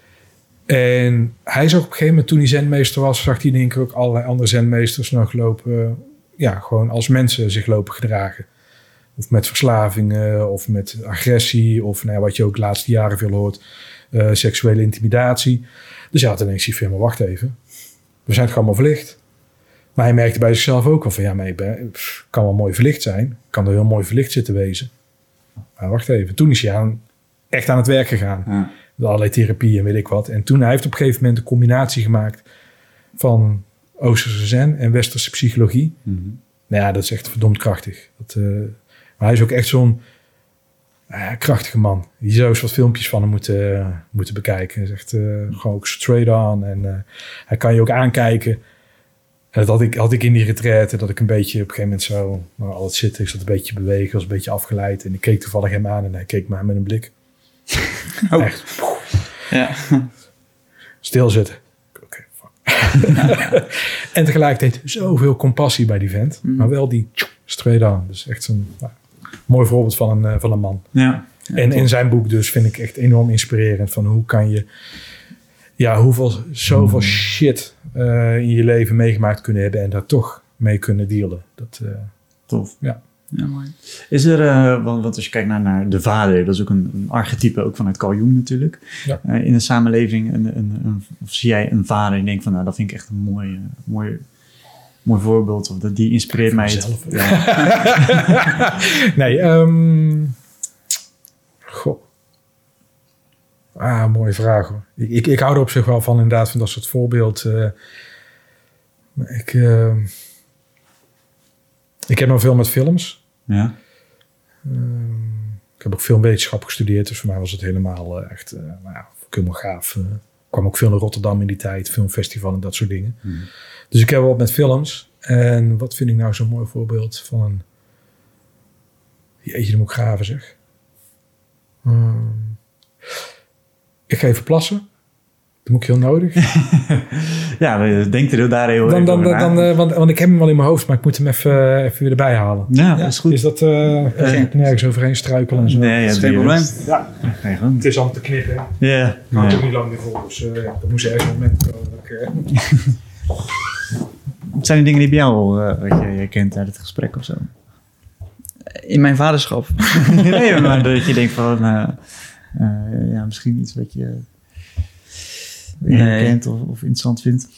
En hij zag op een gegeven moment, toen hij zenmeester was, zag hij denk ik ook allerlei andere zenmeesters nog lopen, uh, ja, gewoon als mensen zich lopen gedragen. Of met verslavingen, of met agressie, of nou ja, wat je ook de laatste jaren veel hoort, uh, seksuele intimidatie. Dus hij had ineens die firma, wacht even, we zijn toch allemaal verlicht. Maar hij merkte bij zichzelf ook wel van, ja, maar ik ben, pff, kan wel mooi verlicht zijn. Kan er heel mooi verlicht zitten wezen. Maar wacht even, toen is hij aan, echt aan het werk gegaan. Ja. Met allerlei therapie en weet ik wat. En toen hij heeft op een gegeven moment een combinatie gemaakt van Oosterse zen en Westerse psychologie. Mm-hmm. Nou ja, dat is echt verdomd krachtig. Dat, uh, maar hij is ook echt zo'n uh, krachtige man. Je zou eens wat filmpjes van hem moeten, uh, moeten bekijken. Hij is echt uh, gewoon ook straight on. En uh, hij kan je ook aankijken. En dat had ik, had ik in die retraite, dat ik een beetje op een gegeven moment zo, nou, al het zitten, ik zat een beetje bewegen, was een beetje afgeleid. En ik keek toevallig hem aan en hij keek me aan met een blik. Oh. Echt. Ja. Stilzitten. Oké, okay, fuck. En tegelijkertijd zoveel compassie bij die vent. Mm. Maar wel die straight on. Dus echt zo'n nou, mooi voorbeeld van een, van een man. Ja. Ja, en in zijn boek dus vind ik echt enorm inspirerend. Van hoe kan je, ja, hoeveel, zoveel mm. shit uh, in je leven meegemaakt kunnen hebben. En daar toch mee kunnen dealen. Dat, uh, Tof. Ja. Ja, mooi. Is er, uh, want, want als je kijkt naar, naar de vader, dat is ook een, een archetype, ook vanuit Carl Jung natuurlijk. Ja. Uh, in de samenleving, een, een, een, of zie jij een vader en je denkt van, nou, dat vind ik echt een mooi, uh, mooi, mooi voorbeeld. Of dat, die inspireert mij. Zelf, het, ja. nee, um, goh. Ah, mooie vraag hoor. Ik, ik, ik hou er op zich wel van inderdaad, van dat soort voorbeeld. Uh, ik... Uh, Ik heb nog veel met films. Ja. Um, ik heb ook filmwetenschap gestudeerd. Dus voor mij was het helemaal uh, echt uh, nou ja, helemaal gaaf. Uh, kwam ook veel naar Rotterdam in die tijd. Filmfestival en dat soort dingen. Hmm. Dus ik heb wel wat met films. En wat vind ik nou zo'n mooi voorbeeld van een... Jeetje, dan moet ik graven zeg. Hmm. Ik ga even plassen. Dat moet ik heel nodig. Ja, denk er daar heel dan, even dan, over na. dan, uh, want, want ik heb hem wel in mijn hoofd, maar ik moet hem even, even weer erbij halen. Ja, dat is goed. Is dat uh, Geen- nergens overheen struikelen en zo? Nee, ja, Dat is geen die- probleem. Ja, Geen goed. het is allemaal te knippen. Ik Ja. hou het Ja. ook niet lang meer vol, dus uh, ja, er moest ergens een moment komen. Dat ik, uh, Wat zijn de dingen die bij jou uh, wat je herkent uit het gesprek of zo? In mijn vaderschap. Nee, maar dat je denkt van... Uh, uh, ja, misschien iets wat je Nee. herkent of, of interessant vindt.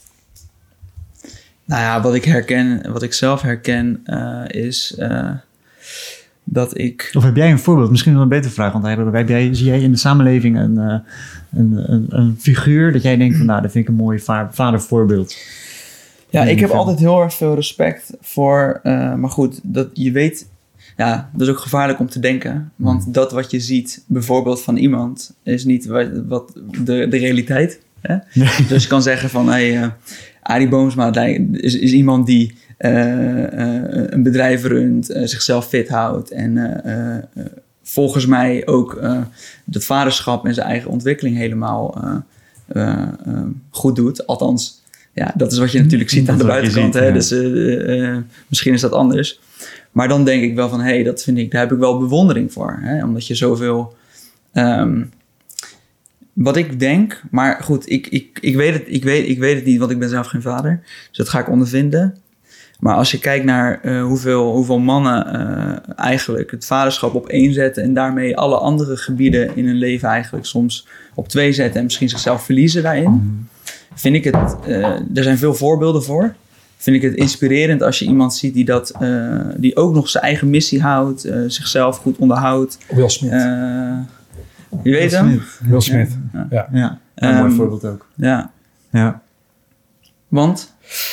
Nou ja, wat ik herken, wat ik zelf herken, uh, is uh, dat ik... Of heb jij een voorbeeld? Misschien wel een betere vraag. Want heb, heb jij, zie jij in de samenleving een, uh, een, een, een figuur dat jij denkt van... nou, dat vind ik een mooi va- vadervoorbeeld. Ja, Nee, ik heb film. altijd heel erg veel respect voor... Uh, maar goed, dat je weet... Ja, dat is ook gevaarlijk om te denken. Want Mm. dat wat je ziet, bijvoorbeeld van iemand... is niet wat, wat de, de realiteit. Hè? Dus je kan zeggen van... Hey, uh, Arie Boomsma is, is iemand die uh, uh, een bedrijf runt... Uh, zichzelf fit houdt... en uh, uh, uh, volgens mij ook uh, dat vaderschap... en zijn eigen ontwikkeling helemaal uh, uh, uh, goed doet. Althans, ja, dat is wat je natuurlijk ziet aan de Dat is wat je buitenkant. ziet, Hè? ja. Dus uh, uh, misschien is dat anders... Maar dan denk ik wel van, hé, hey, dat vind ik, daar heb ik wel bewondering voor. Hè? Omdat je zoveel... Um, wat ik denk, maar goed, ik, ik, ik, weet het, ik, weet, ik weet het niet, want ik ben zelf geen vader. Dus dat ga ik ondervinden. Maar als je kijkt naar uh, hoeveel, hoeveel mannen uh, eigenlijk het vaderschap op één zetten... en daarmee alle andere gebieden in hun leven eigenlijk soms op twee zetten... en misschien zichzelf verliezen daarin, vind ik het... Uh, er zijn veel voorbeelden voor... Vind ik het inspirerend als je iemand ziet die, dat, uh, die ook nog zijn eigen missie houdt, uh, zichzelf goed onderhoudt. Will Smith. Uh, je weet Will hem? Smith. Will Smith. Ja. Ja. Ja, een mooi Um, voorbeeld ook. Ja, Ja. want?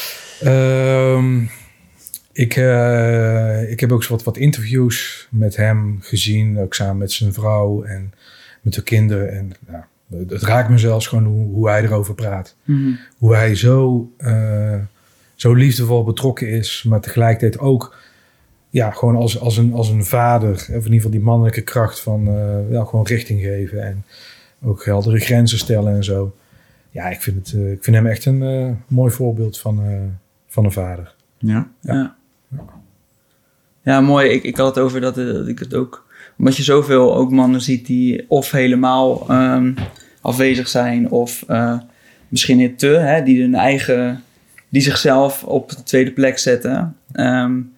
Um, ik, uh, ik heb ook zo wat, wat interviews met hem gezien. Ook samen met zijn vrouw en met de kinderen. En nou, het raakt me zelfs gewoon hoe, hoe hij erover praat. Mm-hmm. Hoe hij zo, uh, zo liefdevol betrokken is. Maar tegelijkertijd ook ja, gewoon als, als, een, als een vader. Of in ieder geval die mannelijke kracht van uh, ja, gewoon richting geven. En ook heldere grenzen stellen en zo. Ja, ik vind, het, uh, ik vind hem echt een uh, mooi voorbeeld van, uh, van een vader. Ja. Ja, ja. ja mooi. Ik, ik had het over dat, uh, dat ik het ook... Omdat je zoveel ook mannen ziet die of helemaal um, afwezig zijn... of uh, misschien niet te, hè, die hun eigen... die zichzelf op de tweede plek zetten. Um,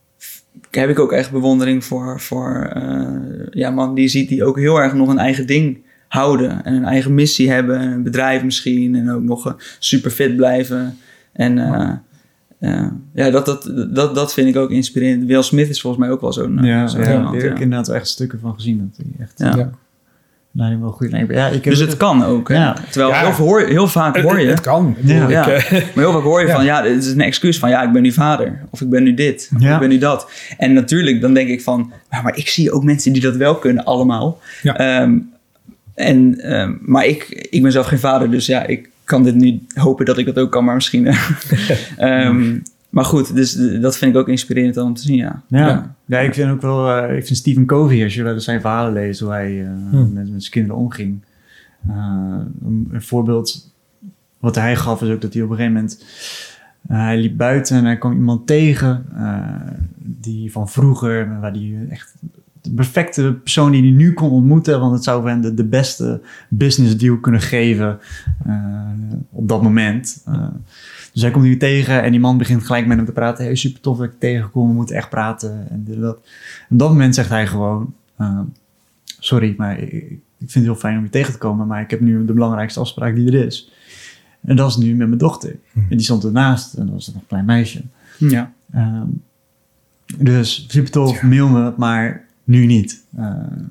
heb ik ook echt bewondering voor, voor uh, ja, man die ziet die ook heel erg nog een eigen ding houden. En een eigen missie hebben. Een bedrijf misschien. En ook nog uh, super fit blijven. En uh, uh, ja, dat, dat, dat, dat vind ik ook inspirerend. Will Smith is volgens mij ook wel zo'n... Ja, zo'n ja, iemand, daar heb ik ja. inderdaad wel echt stukken van gezien. Dat hij echt, Ja. Ja. nou, wel goed. Nee, ja, ik heb Dus het kan ook. Hè? Ja. Terwijl Ja. heel, veel hoor, heel vaak hoor je... Het, het kan. Ik bedoel, Ja. ik, Ja. uh, Maar heel vaak hoor je Ja. van, ja, het is een excuus van, ja, ik ben nu vader. Of ik ben nu dit. Of Ja. ik ben nu dat. En natuurlijk, dan denk ik van, ja, maar ik zie ook mensen die dat wel kunnen, allemaal. Ja. Um, en, um, maar ik, ik ben zelf geen vader, dus ja, ik kan dit nu hopen dat ik dat ook kan, maar misschien... um, maar goed, dus dat vind ik ook inspirerend om te zien, ja. Ja. Ja. Ja, ik vind ook wel, uh, ik vind Stephen Covey, als je wel eens zijn verhalen leest, hoe hij uh, Hmm. met, met zijn kinderen omging. Uh, een, een voorbeeld wat hij gaf is ook dat hij op een gegeven moment, uh, hij liep buiten en hij kwam iemand tegen, uh, die van vroeger, waar die echt de perfecte persoon die hij nu kon ontmoeten, want het zou voor hem de, de beste business deal kunnen geven uh, op dat moment. Uh, Dus hij komt nu tegen en die man begint gelijk met hem te praten. Hey, super tof dat ik tegenkom, we moeten echt praten. En dit, dat. En op dat moment zegt hij gewoon... Uh, sorry, maar ik, ik vind het heel fijn om je tegen te komen... maar ik heb nu de belangrijkste afspraak die er is. En dat is nu met mijn dochter. Hm. En die stond ernaast en dat was nog een klein meisje. Ja. Uh, dus super tof, Ja. mail me, maar nu niet. Uh,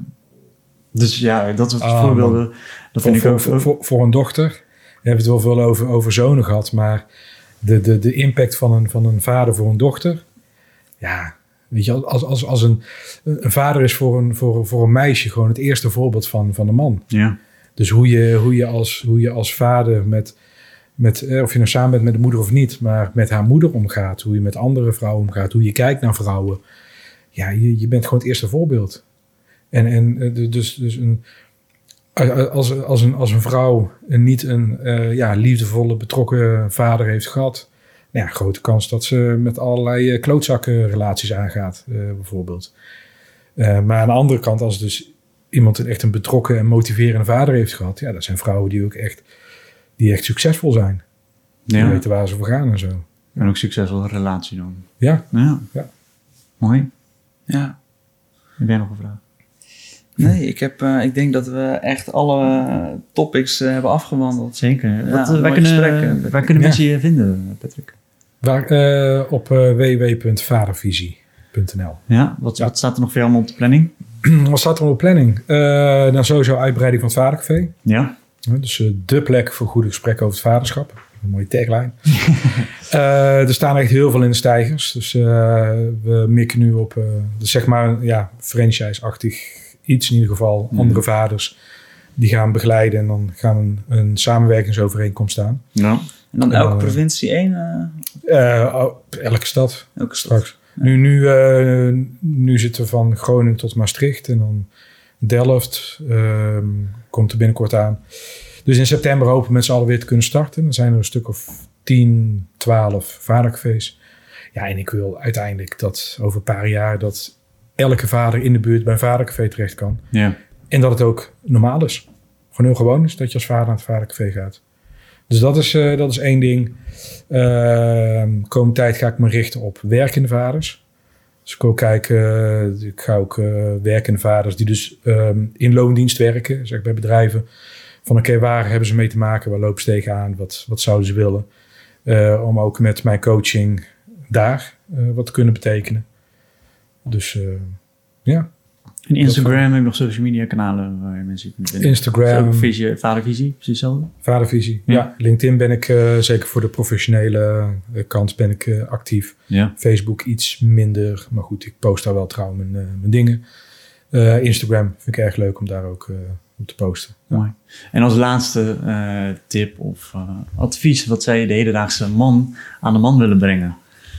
dus ja, dat soort Ah, voorbeelden. Dat voor, vind ik voor, ook... voor, voor, voor een dochter. We hebben het wel veel over, over zonen gehad, maar de, de, de impact van een, van een vader voor een dochter. Ja, weet je, als, als, als een, een vader is voor een, voor, voor een meisje gewoon het eerste voorbeeld van, van een man. Ja. Dus hoe je, hoe je, als, hoe je als vader met, met eh, of je nou samen bent met de moeder of niet, maar met haar moeder omgaat, hoe je met andere vrouwen omgaat, hoe je kijkt naar vrouwen. Ja, je, je bent gewoon het eerste voorbeeld. En, en dus, dus een, als, als, een, als een vrouw niet een uh, ja, liefdevolle, betrokken vader heeft gehad, nou ja, grote kans dat ze met allerlei klootzakkenrelaties aangaat, uh, bijvoorbeeld. Uh, maar aan de andere kant, als dus iemand echt een betrokken en motiverende vader heeft gehad, ja, dat zijn vrouwen die ook echt, die echt succesvol zijn. Die Ja. weten waar ze voor gaan en zo. En ook succesvolle relatie dan. Ja. Ja. Ja. Mooi. Ja. Heb jij nog een vraag? Nee, ik, heb, uh, ik denk dat we echt alle uh, topics uh, hebben afgewandeld. Zeker. Ja, Wat, mooi waar, kunnen, gesprek, uh, waar kunnen Ja. mensen je vinden, Patrick? Waar, uh, op uh, w w w punt vadervisie punt n l. Ja, wat, Ja. wat staat er nog voor jou allemaal op de planning? Wat staat er op de planning? Uh, nou, sowieso uitbreiding van het Vadercafé. Ja. Ja, dus uh, de plek voor goede gesprekken over het vaderschap. Een mooie tagline. uh, er staan echt heel veel in de stijgers. Dus uh, we mikken nu op, uh, dus zeg maar, ja, franchise-achtig iets in ieder geval. Mm. Andere vaders die gaan begeleiden en dan gaan we een, een samenwerkingsovereenkomst aan. Ja. En dan En elke dan, uh, provincie één? Uh, Uh, oh, elke stad. elke stad. Straks. Nu, nu, uh, nu zitten we van Groningen tot Maastricht en dan Delft uh, komt er binnenkort aan. Dus in september hopen we met z'n allen weer te kunnen starten. Dan zijn er een stuk of tien, twaalf vadercafés. Ja, en ik wil uiteindelijk dat over een paar jaar dat elke vader in de buurt bij een vadercafé terecht kan. Ja. En dat het ook normaal is. Gewoon heel gewoon is dat je als vader naar het vadercafé gaat. Dus dat is, uh, dat is één ding. Uh, komende tijd ga ik me richten op werkende vaders. Dus ik wil kijken, uh, ik ga ook uh, werkende vaders die dus um, in loondienst werken, zeg bij bedrijven. Van oké, okay, waar hebben ze mee te maken? Waar lopen ze tegenaan? Wat, wat zouden ze willen? Uh, om ook met mijn coaching daar uh, wat te kunnen betekenen. Dus uh, ja. En Instagram heb je nog social media kanalen waar mensen je kunnen vinden? Instagram. Visie, vadervisie, precies hetzelfde? Vadervisie, ja. Ja. LinkedIn ben ik uh, zeker voor de professionele uh, kant ben ik uh, actief. Ja. Facebook iets minder, maar goed, ik post daar wel trouw mijn, uh, mijn dingen. Uh, Instagram vind ik erg leuk om daar ook uh, op te posten. Ja. Mooi. En als laatste uh, tip of uh, advies, wat zou je de hedendaagse man aan de man willen brengen?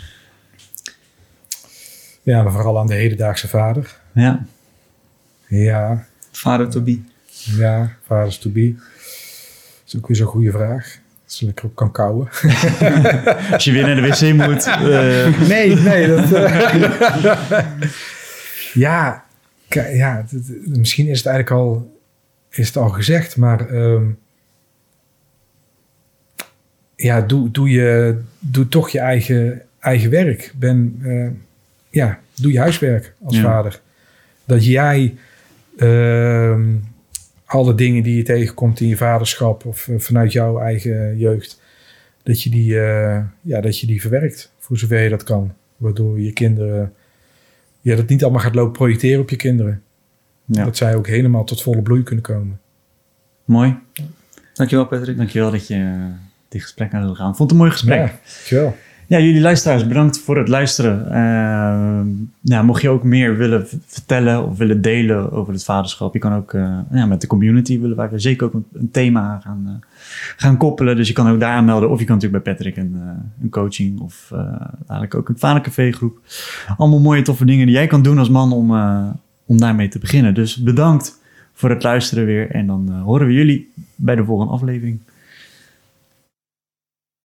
Ja, maar vooral aan de hedendaagse vader. Ja. Ja. Vader to be. Ja, vaders to be. Dat is ook weer zo'n goede vraag. Dat je lekker op kan kouwen. Als je weer naar de wc moet. Uh... Nee, nee. Dat, uh... ja, k- ja d- d- misschien is het eigenlijk al, is het al gezegd, maar um, ja, doe, doe, je, doe toch je eigen, eigen werk. Ben, uh, ja, doe je huiswerk als Ja. vader. Dat jij um, alle dingen die je tegenkomt in je vaderschap of uh, vanuit jouw eigen jeugd, dat je die, uh, ja, dat je die verwerkt voor zover je dat kan. Waardoor je kinderen, ja, dat niet allemaal gaat lopen projecteren op je kinderen. Ja. Dat zij ook helemaal tot volle bloei kunnen komen. Mooi. Dankjewel, Patrick. Dankjewel dat je uh, dit gesprek aan wilde gaan. Ik vond het een mooi gesprek. Ja, dankjewel. Ja, jullie luisteraars, bedankt voor het luisteren. Uh, ja, mocht je ook meer willen v- vertellen of willen delen over het vaderschap, je kan ook uh, ja, met de community willen wij zeker ook een, een thema aan gaan, uh, gaan koppelen. Dus je kan ook daar aanmelden. Of je kan natuurlijk bij Patrick een, uh, een coaching of uh, eigenlijk ook een vadercafé groep. Allemaal mooie toffe dingen die jij kan doen als man om, uh, om daarmee te beginnen. Dus bedankt voor het luisteren weer. En dan uh, horen we jullie bij de volgende aflevering.